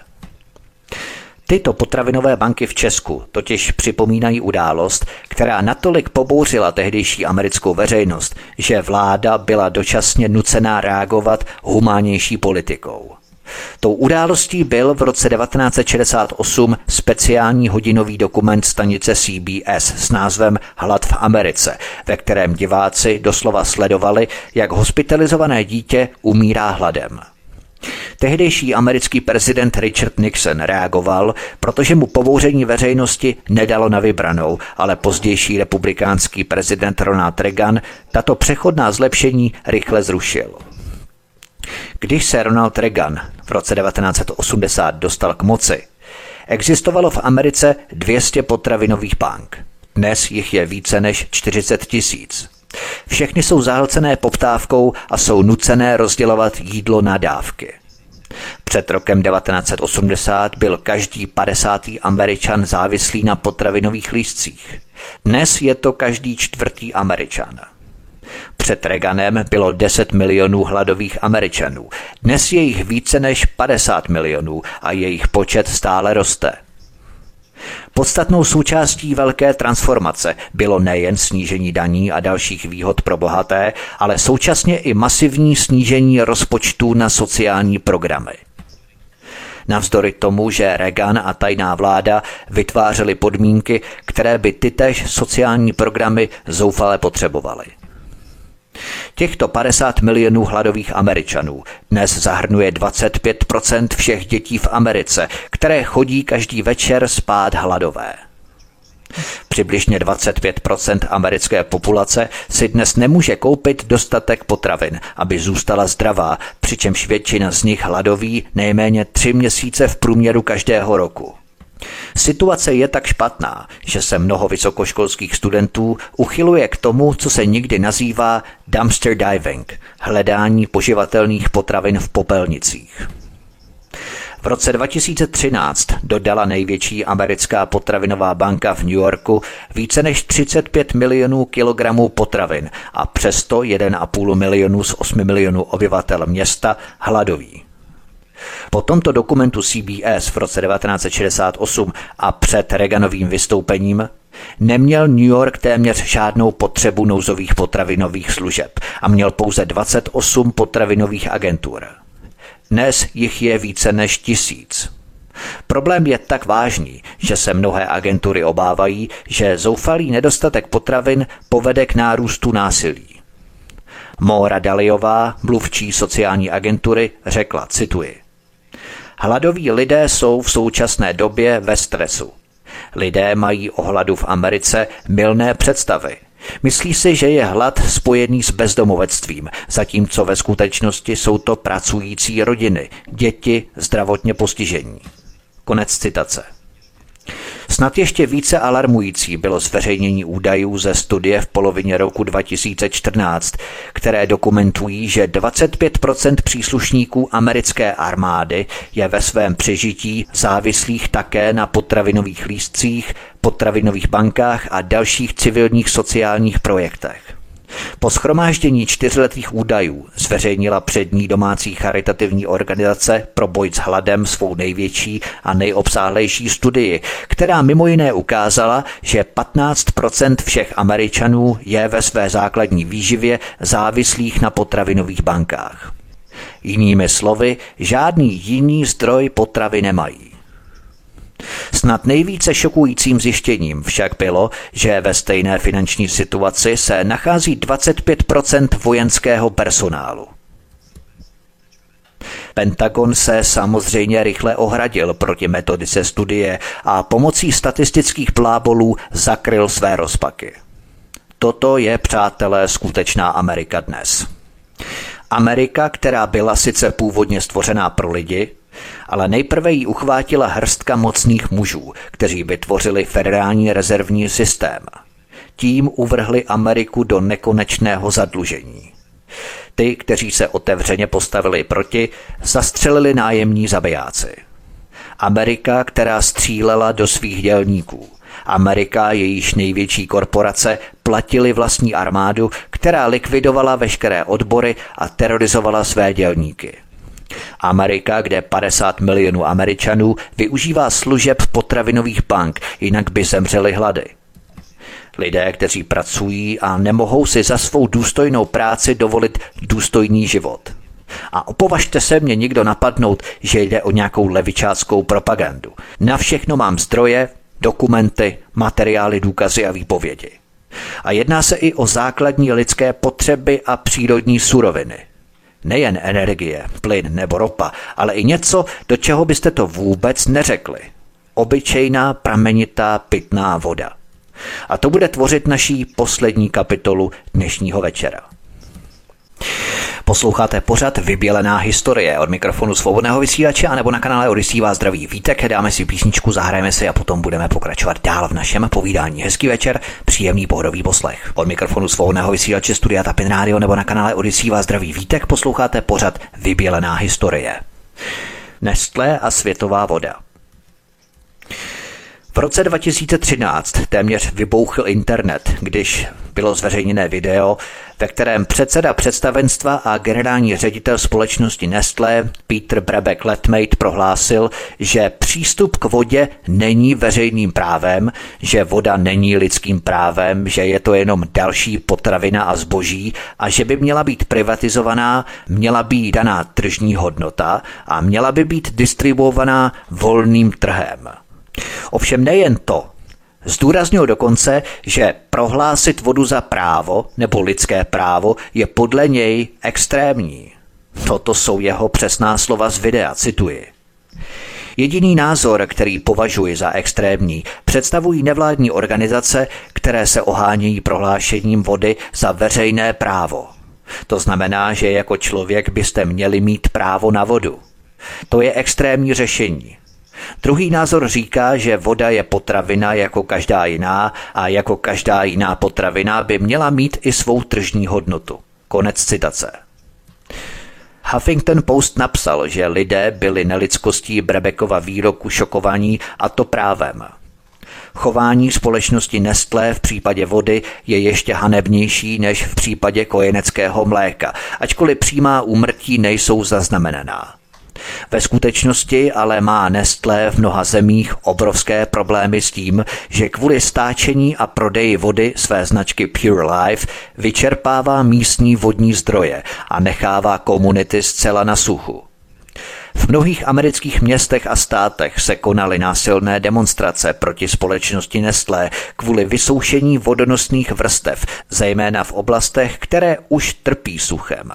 Tyto potravinové banky v Česku totiž připomínají událost, která natolik pobouřila tehdejší americkou veřejnost, že vláda byla dočasně nucená reagovat humánnější politikou. Tou událostí byl v roce devatenáct set šedesát osm speciální hodinový dokument stanice C B S s názvem Hlad v Americe, ve kterém diváci doslova sledovali, jak hospitalizované dítě umírá hladem. Tehdejší americký prezident Richard Nixon reagoval, protože mu pobouření veřejnosti nedalo na vybranou, ale pozdější republikánský prezident Ronald Reagan tato přechodná zlepšení rychle zrušil. Když se Ronald Reagan v roce devatenáct set osmdesát dostal k moci, existovalo v Americe dvě stě potravinových bank. Dnes jich je více než čtyřicet tisíc. Všechny jsou zahlcené poptávkou a jsou nucené rozdělovat jídlo na dávky. Před rokem devatenáct set osmdesát byl každý padesátý Američan závislý na potravinových lístcích. Dnes je to každý čtvrtý Američan. Před Reaganem bylo deset milionů hladových Američanů. Dnes je jich více než padesát milionů a jejich počet stále roste. Podstatnou součástí velké transformace bylo nejen snížení daní a dalších výhod pro bohaté, ale současně i masivní snížení rozpočtů na sociální programy. Navzdory tomu, že Reagan a tajná vláda vytvářely podmínky, které by tytéž sociální programy zoufale potřebovaly. Těchto padesát milionů hladových Američanů dnes zahrnuje dvacet pět procent všech dětí v Americe, které chodí každý večer spát hladové. Přibližně dvacet pět procent americké populace si dnes nemůže koupit dostatek potravin, aby zůstala zdravá, přičemž většina z nich hladoví nejméně tři měsíce v průměru každého roku. Situace je tak špatná, že se mnoho vysokoškolských studentů uchyluje k tomu, co se někdy nazývá dumpster diving, hledání poživatelných potravin v popelnicích. V roce dva tisíce třináct dodala největší americká potravinová banka v New Yorku více než třicet pět milionů kilogramů potravin a přesto jeden a půl milionu z osmi milionů obyvatel města hladoví. Po tomto dokumentu C B S v roce devatenáct set šedesát osm a před Reaganovým vystoupením neměl New York téměř žádnou potřebu nouzových potravinových služeb a měl pouze dvacet osm potravinových agentur. Dnes jich je více než tisíc. Problém je tak vážný, že se mnohé agentury obávají, že zoufalý nedostatek potravin povede k nárůstu násilí. Maura Daleyová, mluvčí sociální agentury, řekla, cituji: Hladoví lidé jsou v současné době ve stresu. Lidé mají o hladu v Americe mylné představy. Myslí si, že je hlad spojený s bezdomovectvím, zatímco ve skutečnosti jsou to pracující rodiny, děti, zdravotně postižení. Konec citace. Snad ještě více alarmující bylo zveřejnění údajů ze studie v polovině roku dva tisíce čtrnáct, které dokumentují, že dvacet pět procent příslušníků americké armády je ve svém přežití závislých také na potravinových lístcích, potravinových bankách a dalších civilních sociálních projektech. Po shromáždění čtyřletých údajů zveřejnila přední domácí charitativní organizace pro boj s hladem svou největší a nejobsáhlejší studii, která mimo jiné ukázala, že patnáct procent všech Američanů je ve své základní výživě závislých na potravinových bankách. Jinými slovy, žádný jiný zdroj potravy nemají. Snad nejvíce šokujícím zjištěním však bylo, že ve stejné finanční situaci se nachází dvacet pět procent vojenského personálu. Pentagon se samozřejmě rychle ohradil proti metodice studie a pomocí statistických blábolů zakryl své rozpaky. Toto je, přátelé, skutečná Amerika dnes. Amerika, která byla sice původně stvořená pro lidi, ale nejprve jí uchvátila hrstka mocných mužů, kteří vytvořili federální rezervní systém. Tím uvrhli Ameriku do nekonečného zadlužení. Ty, kteří se otevřeně postavili proti, zastřelili nájemní zabijáci. Amerika, která střílela do svých dělníků. Amerika, jejíž největší korporace, platili vlastní armádu, která likvidovala veškeré odbory a terorizovala své dělníky. Amerika, kde padesát milionů Američanů využívá služeb potravinových bank, jinak by zemřeli hlady. Lidé, kteří pracují a nemohou si za svou důstojnou práci dovolit důstojný život. A opovažte se mě někdo napadnout, že jde o nějakou levičáckou propagandu. Na všechno mám zdroje, dokumenty, materiály, důkazy a výpovědi. A jedná se i o základní lidské potřeby a přírodní suroviny. Nejen energie, plyn nebo ropa, ale i něco, do čeho byste to vůbec neřekli. Obyčejná pramenitá pitná voda. A to bude tvořit naší poslední kapitolu dnešního večera. Posloucháte pořad Vybělená historie. Od mikrofonu Svobodného vysílače a nebo na kanále Odyssey vás zdraví Vítek. Dáme si písničku, zahrajeme si a potom budeme pokračovat dál v našem povídání. Hezký večer, příjemný pohodový poslech. Od mikrofonu Svobodného vysílače Studia Tapin Radio nebo na kanále Odyssey vás zdraví Vítek. Posloucháte pořad Vybělená historie. Nestlé a světová voda. V roce dva tisíce třináct téměř vybouchl internet, když bylo zveřejněné video, ve kterém předseda představenstva a generální ředitel společnosti Nestlé Peter Brabeck-Letmathe prohlásil, že přístup k vodě není veřejným právem, že voda není lidským právem, že je to jenom další potravina a zboží a že by měla být privatizovaná, měla být daná tržní hodnota a měla by být distribuovaná volným trhem. Ovšem nejen to. Zdůraznil dokonce, že prohlásit vodu za právo nebo lidské právo je podle něj extrémní. Toto jsou jeho přesná slova z videa, cituji. Jediný názor, který považuji za extrémní, představují nevládní organizace, které se ohánějí prohlášením vody za veřejné právo. To znamená, že jako člověk byste měli mít právo na vodu. To je extrémní řešení. Druhý názor říká, že voda je potravina jako každá jiná a jako každá jiná potravina by měla mít i svou tržní hodnotu. Konec citace. Huffington Post napsal, že lidé byli nelidskostí Brabeckova výroku šokovaní a to právem. Chování společnosti Nestlé v případě vody je ještě hanebnější než v případě kojeneckého mléka, ačkoliv přímá úmrtí nejsou zaznamenaná. Ve skutečnosti ale má Nestlé v mnoha zemích obrovské problémy s tím, že kvůli stáčení a prodeji vody své značky Pure Life vyčerpává místní vodní zdroje a nechává komunity zcela na suchu. V mnohých amerických městech a státech se konaly násilné demonstrace proti společnosti Nestlé kvůli vysoušení vodonosných vrstev, zejména v oblastech, které už trpí suchem.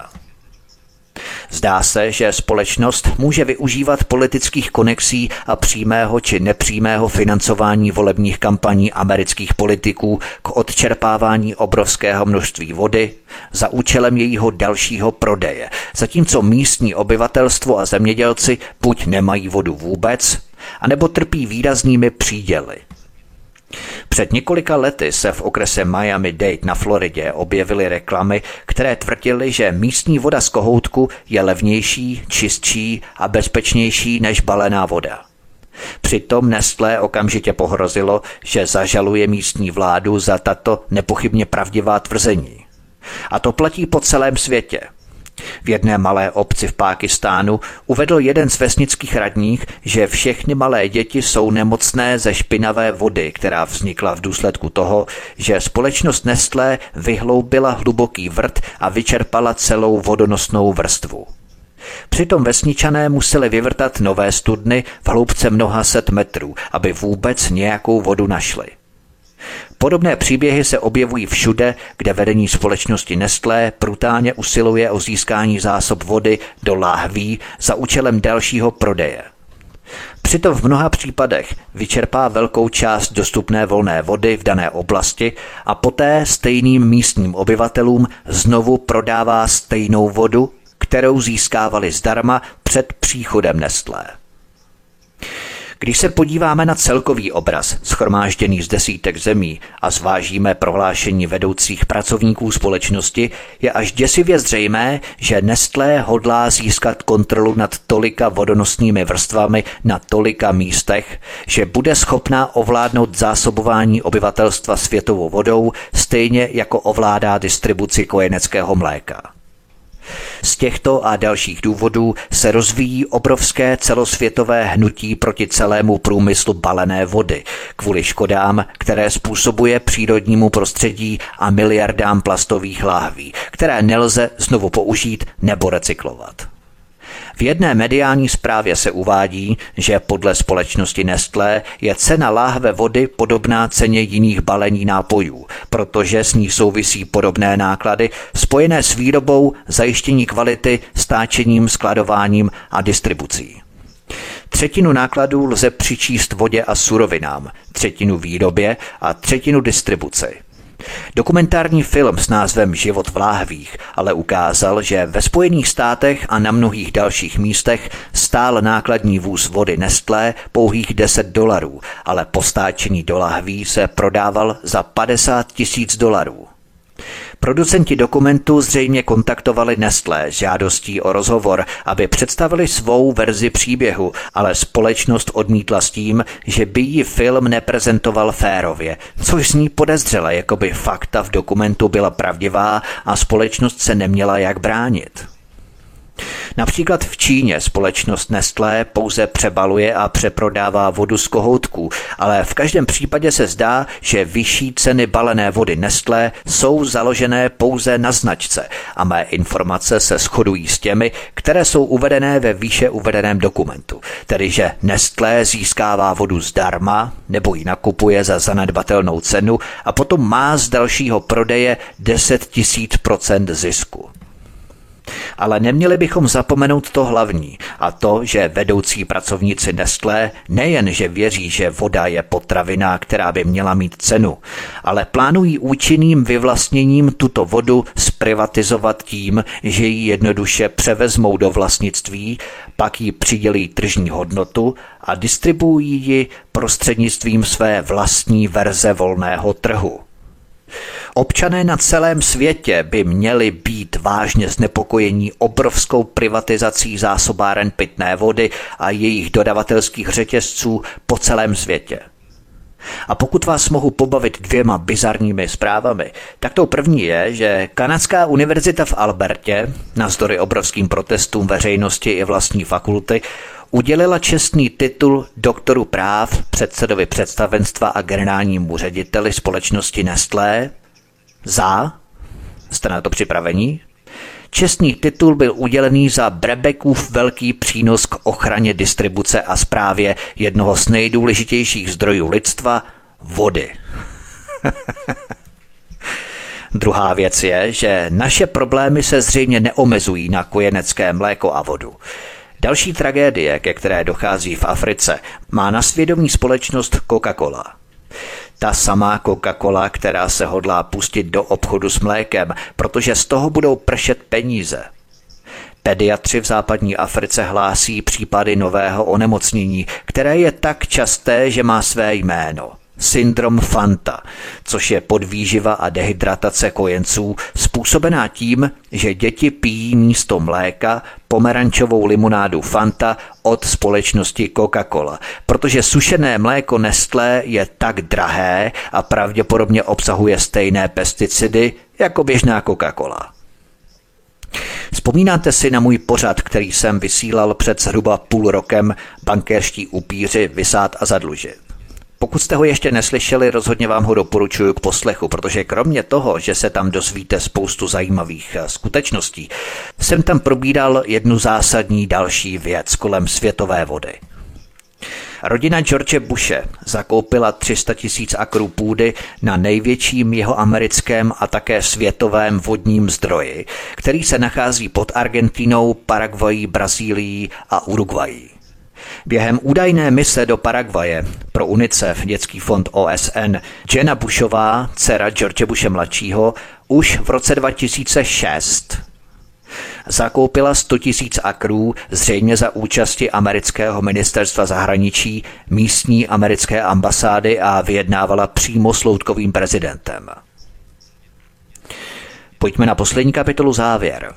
Zdá se, že společnost může využívat politických konexí a přímého či nepřímého financování volebních kampaní amerických politiků k odčerpávání obrovského množství vody za účelem jejího dalšího prodeje, zatímco místní obyvatelstvo a zemědělci buď nemají vodu vůbec, anebo trpí výraznými příděly. Před několika lety se v okrese Miami-Dade na Floridě objevily reklamy, které tvrdily, že místní voda z kohoutku je levnější, čistší a bezpečnější než balená voda. Přitom Nestlé okamžitě pohrozilo, že zažaluje místní vládu za tato nepochybně pravdivá tvrzení. A to platí po celém světě. V jedné malé obci v Pákistánu uvedl jeden z vesnických radních, že všechny malé děti jsou nemocné ze špinavé vody, která vznikla v důsledku toho, že společnost Nestlé vyhloubila hluboký vrt a vyčerpala celou vodonosnou vrstvu. Přitom vesničané museli vyvrtat nové studny v hloubce mnoha set metrů, aby vůbec nějakou vodu našli. Podobné příběhy se objevují všude, kde vedení společnosti Nestlé brutálně usiluje o získání zásob vody do láhví za účelem dalšího prodeje. Přitom v mnoha případech vyčerpá velkou část dostupné volné vody v dané oblasti a poté stejným místním obyvatelům znovu prodává stejnou vodu, kterou získávali zdarma před příchodem Nestlé. Když se podíváme na celkový obraz shromážděný z desítek zemí a zvážíme prohlášení vedoucích pracovníků společnosti, je až děsivě zřejmé, že Nestlé hodlá získat kontrolu nad tolika vodonosnými vrstvami na tolika místech, že bude schopná ovládnout zásobování obyvatelstva světovou vodou, stejně jako ovládá distribuci kojeneckého mléka. Z těchto a dalších důvodů se rozvíjí obrovské celosvětové hnutí proti celému průmyslu balené vody, kvůli škodám, které způsobuje přírodnímu prostředí a miliardám plastových láhví, které nelze znovu použít nebo recyklovat. V jedné mediální zprávě se uvádí, že podle společnosti Nestlé je cena láhve vody podobná ceně jiných balení nápojů, protože s ní souvisí podobné náklady spojené s výrobou, zajištění kvality, stáčením, skladováním a distribucí. Třetinu nákladů lze přičíst vodě a surovinám, třetinu výrobě a třetinu distribuci. Dokumentární film s názvem Život v láhvích ale ukázal, že ve Spojených státech a na mnohých dalších místech stál nákladní vůz vody Nestlé pouhých deset dolarů, ale po stáčení do láhví se prodával za padesát tisíc dolarů. Producenti dokumentu zřejmě kontaktovali Nestlé s žádostí o rozhovor, aby představili svou verzi příběhu, ale společnost odmítla s tím, že by jí film neprezentoval férově, což zní podezřele, jako by fakta v dokumentu byla pravdivá a společnost se neměla jak bránit. Například v Číně společnost Nestlé pouze přebaluje a přeprodává vodu z kohoutků, ale v každém případě se zdá, že vyšší ceny balené vody Nestlé jsou založené pouze na značce a mé informace se shodují s těmi, které jsou uvedené ve výše uvedeném dokumentu, tedy že Nestlé získává vodu zdarma nebo ji nakupuje za zanedbatelnou cenu a potom má z dalšího prodeje deset tisíc procent zisku. Ale neměli bychom zapomenout to hlavní, a to, že vedoucí pracovníci Nestlé nejen, že věří, že voda je potravina, která by měla mít cenu, ale plánují účinným vyvlastněním tuto vodu zprivatizovat tím, že ji jednoduše převezmou do vlastnictví, pak ji přidělí tržní hodnotu a distribuují ji prostřednictvím své vlastní verze volného trhu. Občané na celém světě by měli být vážně znepokojení obrovskou privatizací zásobáren pitné vody a jejich dodavatelských řetězců po celém světě. A pokud vás mohu pobavit dvěma bizarními zprávami, tak tou první je, že kanadská univerzita v Albertě, navzdory obrovským protestům veřejnosti i vlastní fakulty, udělila čestný titul doktoru práv předsedovi představenstva a generálnímu řediteli společnosti Nestlé za, jste na to připravení? Čestný titul byl udělený za Brebekův velký přínos k ochraně distribuce a správě jednoho z nejdůležitějších zdrojů lidstva, vody. Druhá věc je, že naše problémy se zřejmě neomezují na kojenecké mléko a vodu. Další tragédie, ke které dochází v Africe, má na svědomí společnost Coca-Cola. Ta samá Coca-Cola, která se hodlá pustit do obchodu s mlékem, protože z toho budou pršet peníze. Pediatři v západní Africe hlásí případy nového onemocnění, které je tak časté, že má své jméno. Syndrom Fanta, což je podvýživa a dehydratace kojenců způsobená tím, že děti pijí místo mléka pomerančovou limonádu Fanta od společnosti Coca-Cola, protože sušené mléko Nestlé je tak drahé a pravděpodobně obsahuje stejné pesticidy jako běžná Coca-Cola. Vzpomínáte si na můj pořad, který jsem vysílal před zhruba půl rokem, Bankérští upíři, vysát a zadlužit? Pokud jste ho ještě neslyšeli, rozhodně vám ho doporučuji k poslechu, protože kromě toho, že se tam dozvíte spoustu zajímavých skutečností, jsem tam probíral jednu zásadní další věc kolem světové vody. Rodina George Bushe zakoupila tři sta tisíc akrů půdy na největším jihoamerickém a také světovém vodním zdroji, který se nachází pod Argentinou, Paraguayí, Brazílií a Uruguayí. Během údajné mise do Paraguaje pro UNICEF, dětský fond O S N, Jenna Bushová, dcera George Bushe mladšího, už v roce dva tisíce šest zakoupila sto tisíc akrů, zřejmě za účasti amerického ministerstva zahraničí, místní americké ambasády a vyjednávala přímo s loutkovým prezidentem. Pojďme na poslední kapitolu závěr.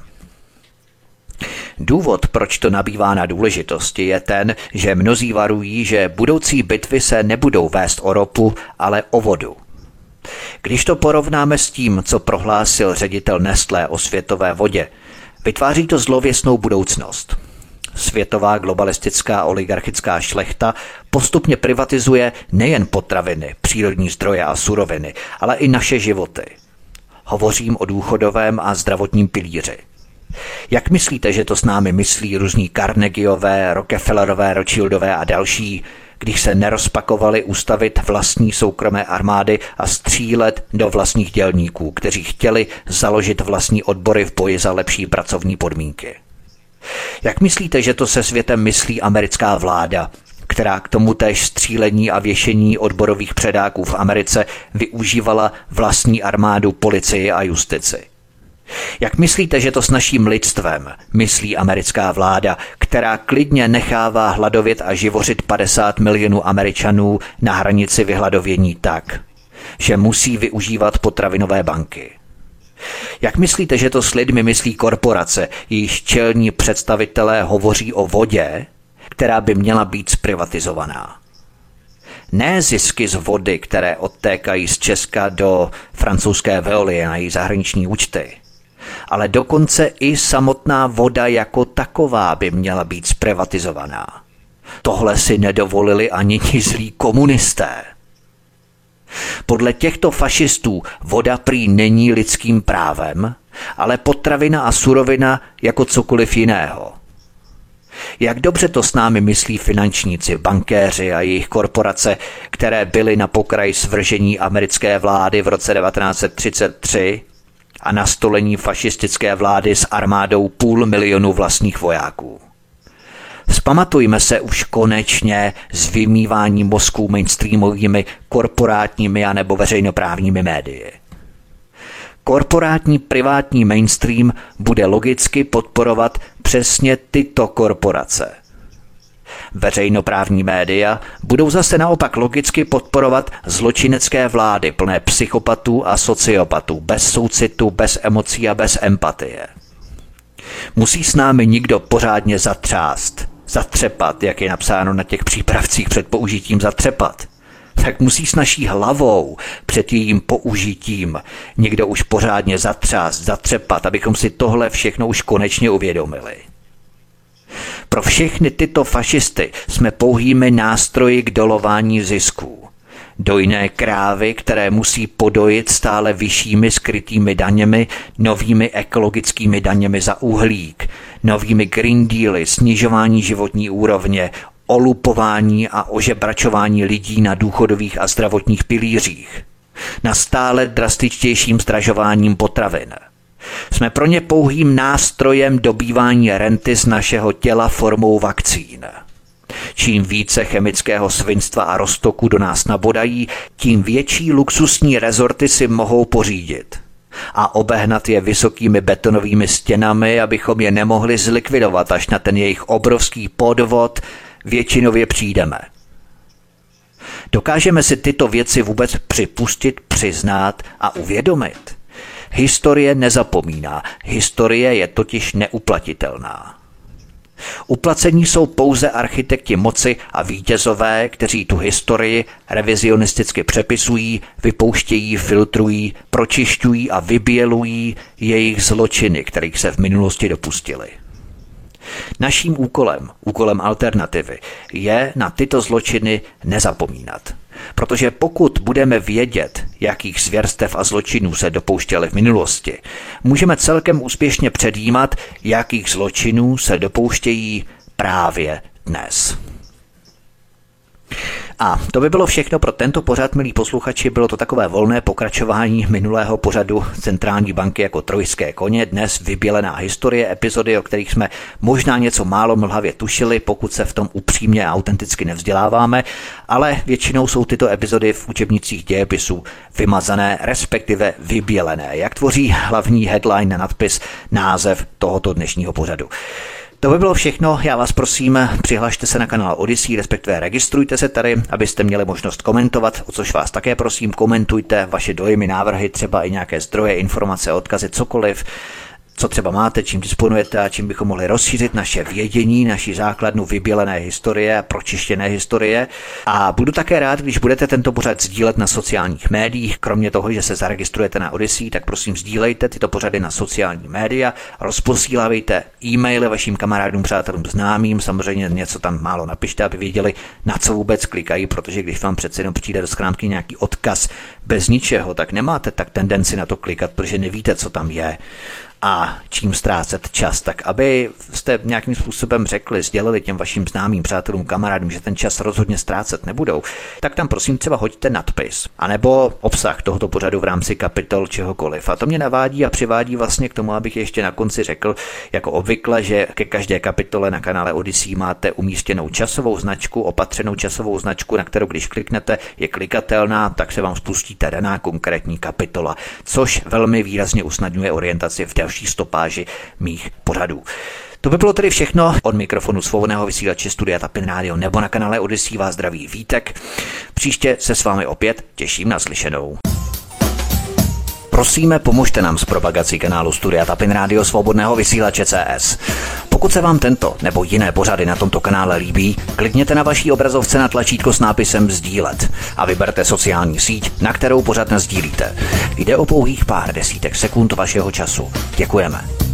Důvod, proč to nabývá na důležitosti, je ten, že mnozí varují, že budoucí bitvy se nebudou vést o ropu, ale o vodu. Když to porovnáme s tím, co prohlásil ředitel Nestlé o světové vodě, vytváří to zlověsnou budoucnost. Světová globalistická oligarchická šlechta postupně privatizuje nejen potraviny, přírodní zdroje a suroviny, ale i naše životy. Hovořím o důchodovém a zdravotním pilíři. Jak myslíte, že to s námi myslí různí Carnegiové, Rockefellerové, Rothschildové a další, když se nerozpakovali ustavit vlastní soukromé armády a střílet do vlastních dělníků, kteří chtěli založit vlastní odbory v boji za lepší pracovní podmínky? Jak myslíte, že to se světem myslí americká vláda, která k tomu též střílení a věšení odborových předáků v Americe využívala vlastní armádu, policii a justici? Jak myslíte, že to s naším lidstvem myslí americká vláda, která klidně nechává hladovět a živořit padesát milionů Američanů na hranici vyhladovění tak, že musí využívat potravinové banky? Jak myslíte, že to s lidmi myslí korporace, jejíž čelní představitelé hovoří o vodě, která by měla být zprivatizovaná? Ne zisky z vody, které odtékají z Česka do francouzské Veolie na její zahraniční účty, ale dokonce i samotná voda jako taková by měla být zprivatizovaná. Tohle si nedovolili ani ti zlí komunisté. Podle těchto fašistů voda prý není lidským právem, ale potravina a surovina jako cokoliv jiného. Jak dobře to s námi myslí finančníci, bankéři a jejich korporace, které byly na pokraji svržení americké vlády v roce devatenáct set třicet tři a nastolení fašistické vlády s armádou půl milionu vlastních vojáků. Vzpamatujme se už konečně z vymývání mozků mainstreamovými korporátními a nebo veřejnoprávními médii. Korporátní privátní mainstream bude logicky podporovat přesně tyto korporace. Veřejnoprávní média budou zase naopak logicky podporovat zločinecké vlády plné psychopatů a sociopatů, bez soucitu, bez emocí a bez empatie. Musí s námi nikdo pořádně zatřást, zatřepat, jak je napsáno na těch přípravcích před použitím zatřepat. Tak musí s naší hlavou před jejím použitím někdo už pořádně zatřást, zatřepat, abychom si tohle všechno už konečně uvědomili. Pro všechny tyto fašisty jsme pouhými nástroji k dolování zisků. Dojné krávy, které musí podojit stále vyššími skrytými daněmi, novými ekologickými daněmi za uhlík, novými Green Dealy, snižování životní úrovně, olupování a ožebračování lidí na důchodových a zdravotních pilířích, na stále drastičtějším zdražováním potravin. Jsme pro ně pouhým nástrojem dobývání renty z našeho těla formou vakcín. Čím více chemického svinstva a roztoku do nás nabodají, tím větší luxusní rezorty si mohou pořídit. a obehnat je vysokými betonovými stěnami, abychom je nemohli zlikvidovat, až na ten jejich obrovský podvod většinově přijdeme. Dokážeme si tyto věci vůbec připustit, přiznat a uvědomit? Historie nezapomíná, historie je totiž neuplatitelná. Uplacení jsou pouze architekti moci a vítězové, kteří tu historii revizionisticky přepisují, vypouštějí, filtrují, pročišťují a vybělují jejich zločiny, kterých se v minulosti dopustili. Naším úkolem, úkolem alternativy, je na tyto zločiny nezapomínat. Protože pokud budeme vědět, jakých zvěrstev a zločinů se dopouštěli v minulosti, můžeme celkem úspěšně předjímat, jakých zločinů se dopouštějí právě dnes. A to by bylo všechno pro tento pořad, milí posluchači. Bylo to takové volné pokračování minulého pořadu Centrální banky jako trojské koně. Dnes vybělená historie, epizody, o kterých jsme možná něco málo mlhavě tušili, pokud se v tom upřímně a autenticky nevzděláváme, ale většinou jsou tyto epizody v učebnicích dějepisů vymazané, respektive vybělené, jak tvoří hlavní headline na nadpis název tohoto dnešního pořadu. To by bylo všechno, já vás prosím, přihlašte se na kanál Odyssey, respektive registrujte se tady, abyste měli možnost komentovat, o což vás také prosím, komentujte vaše dojmy, návrhy, třeba i nějaké zdroje, informace, odkazy, cokoliv, co třeba máte, čím disponujete a čím bychom mohli rozšířit naše vědění, naši základnu vybělené historie a pročištěné historie. A budu také rád, když budete tento pořad sdílet na sociálních médiích. Kromě toho, že se zaregistrujete na Odyssey, tak prosím sdílejte tyto pořady na sociální média, rozposílávejte e-maily vašim kamarádům, přátelům, známým, samozřejmě něco tam málo napište, aby věděli, na co vůbec klikají, protože když vám přece jenom přijde do schránky nějaký odkaz bez ničeho, tak nemáte tak tendenci na to klikat, protože nevíte, co tam je a čím ztrácet čas, tak aby jste nějakým způsobem řekli, sdělili těm vašim známým, přátelům, kamarádům, že ten čas rozhodně ztrácet nebudou, tak tam prosím třeba hoďte nadpis, anebo obsah tohoto pořadu v rámci kapitol čehokoliv. A to mě navádí a přivádí vlastně k tomu, abych ještě na konci řekl, jako obvykle, že ke každé kapitole na kanále Odyssey máte umístěnou časovou značku, opatřenou časovou značku, na kterou když kliknete, je klikatelná, tak se vám spustí ta daná konkrétní kapitola, což velmi výrazně usnadňuje orientaci v další stopáži mých pořadů. To by bylo tedy všechno. Od mikrofonu svobodného vysílače Studia Tapin Radio nebo na kanále Odyssey vás zdraví Vítek. Příště se s vámi opět těším na slyšenou. Prosíme, pomožte nám s propagací kanálu Studia Tapin Radio svobodného vysílače C S. Pokud se vám tento nebo jiné pořady na tomto kanále líbí, klikněte na vaší obrazovce na tlačítko s nápisem sdílet a vyberte sociální síť, na kterou pořad nasdílíte. Jde o pouhých pár desítek sekund vašeho času. Děkujeme.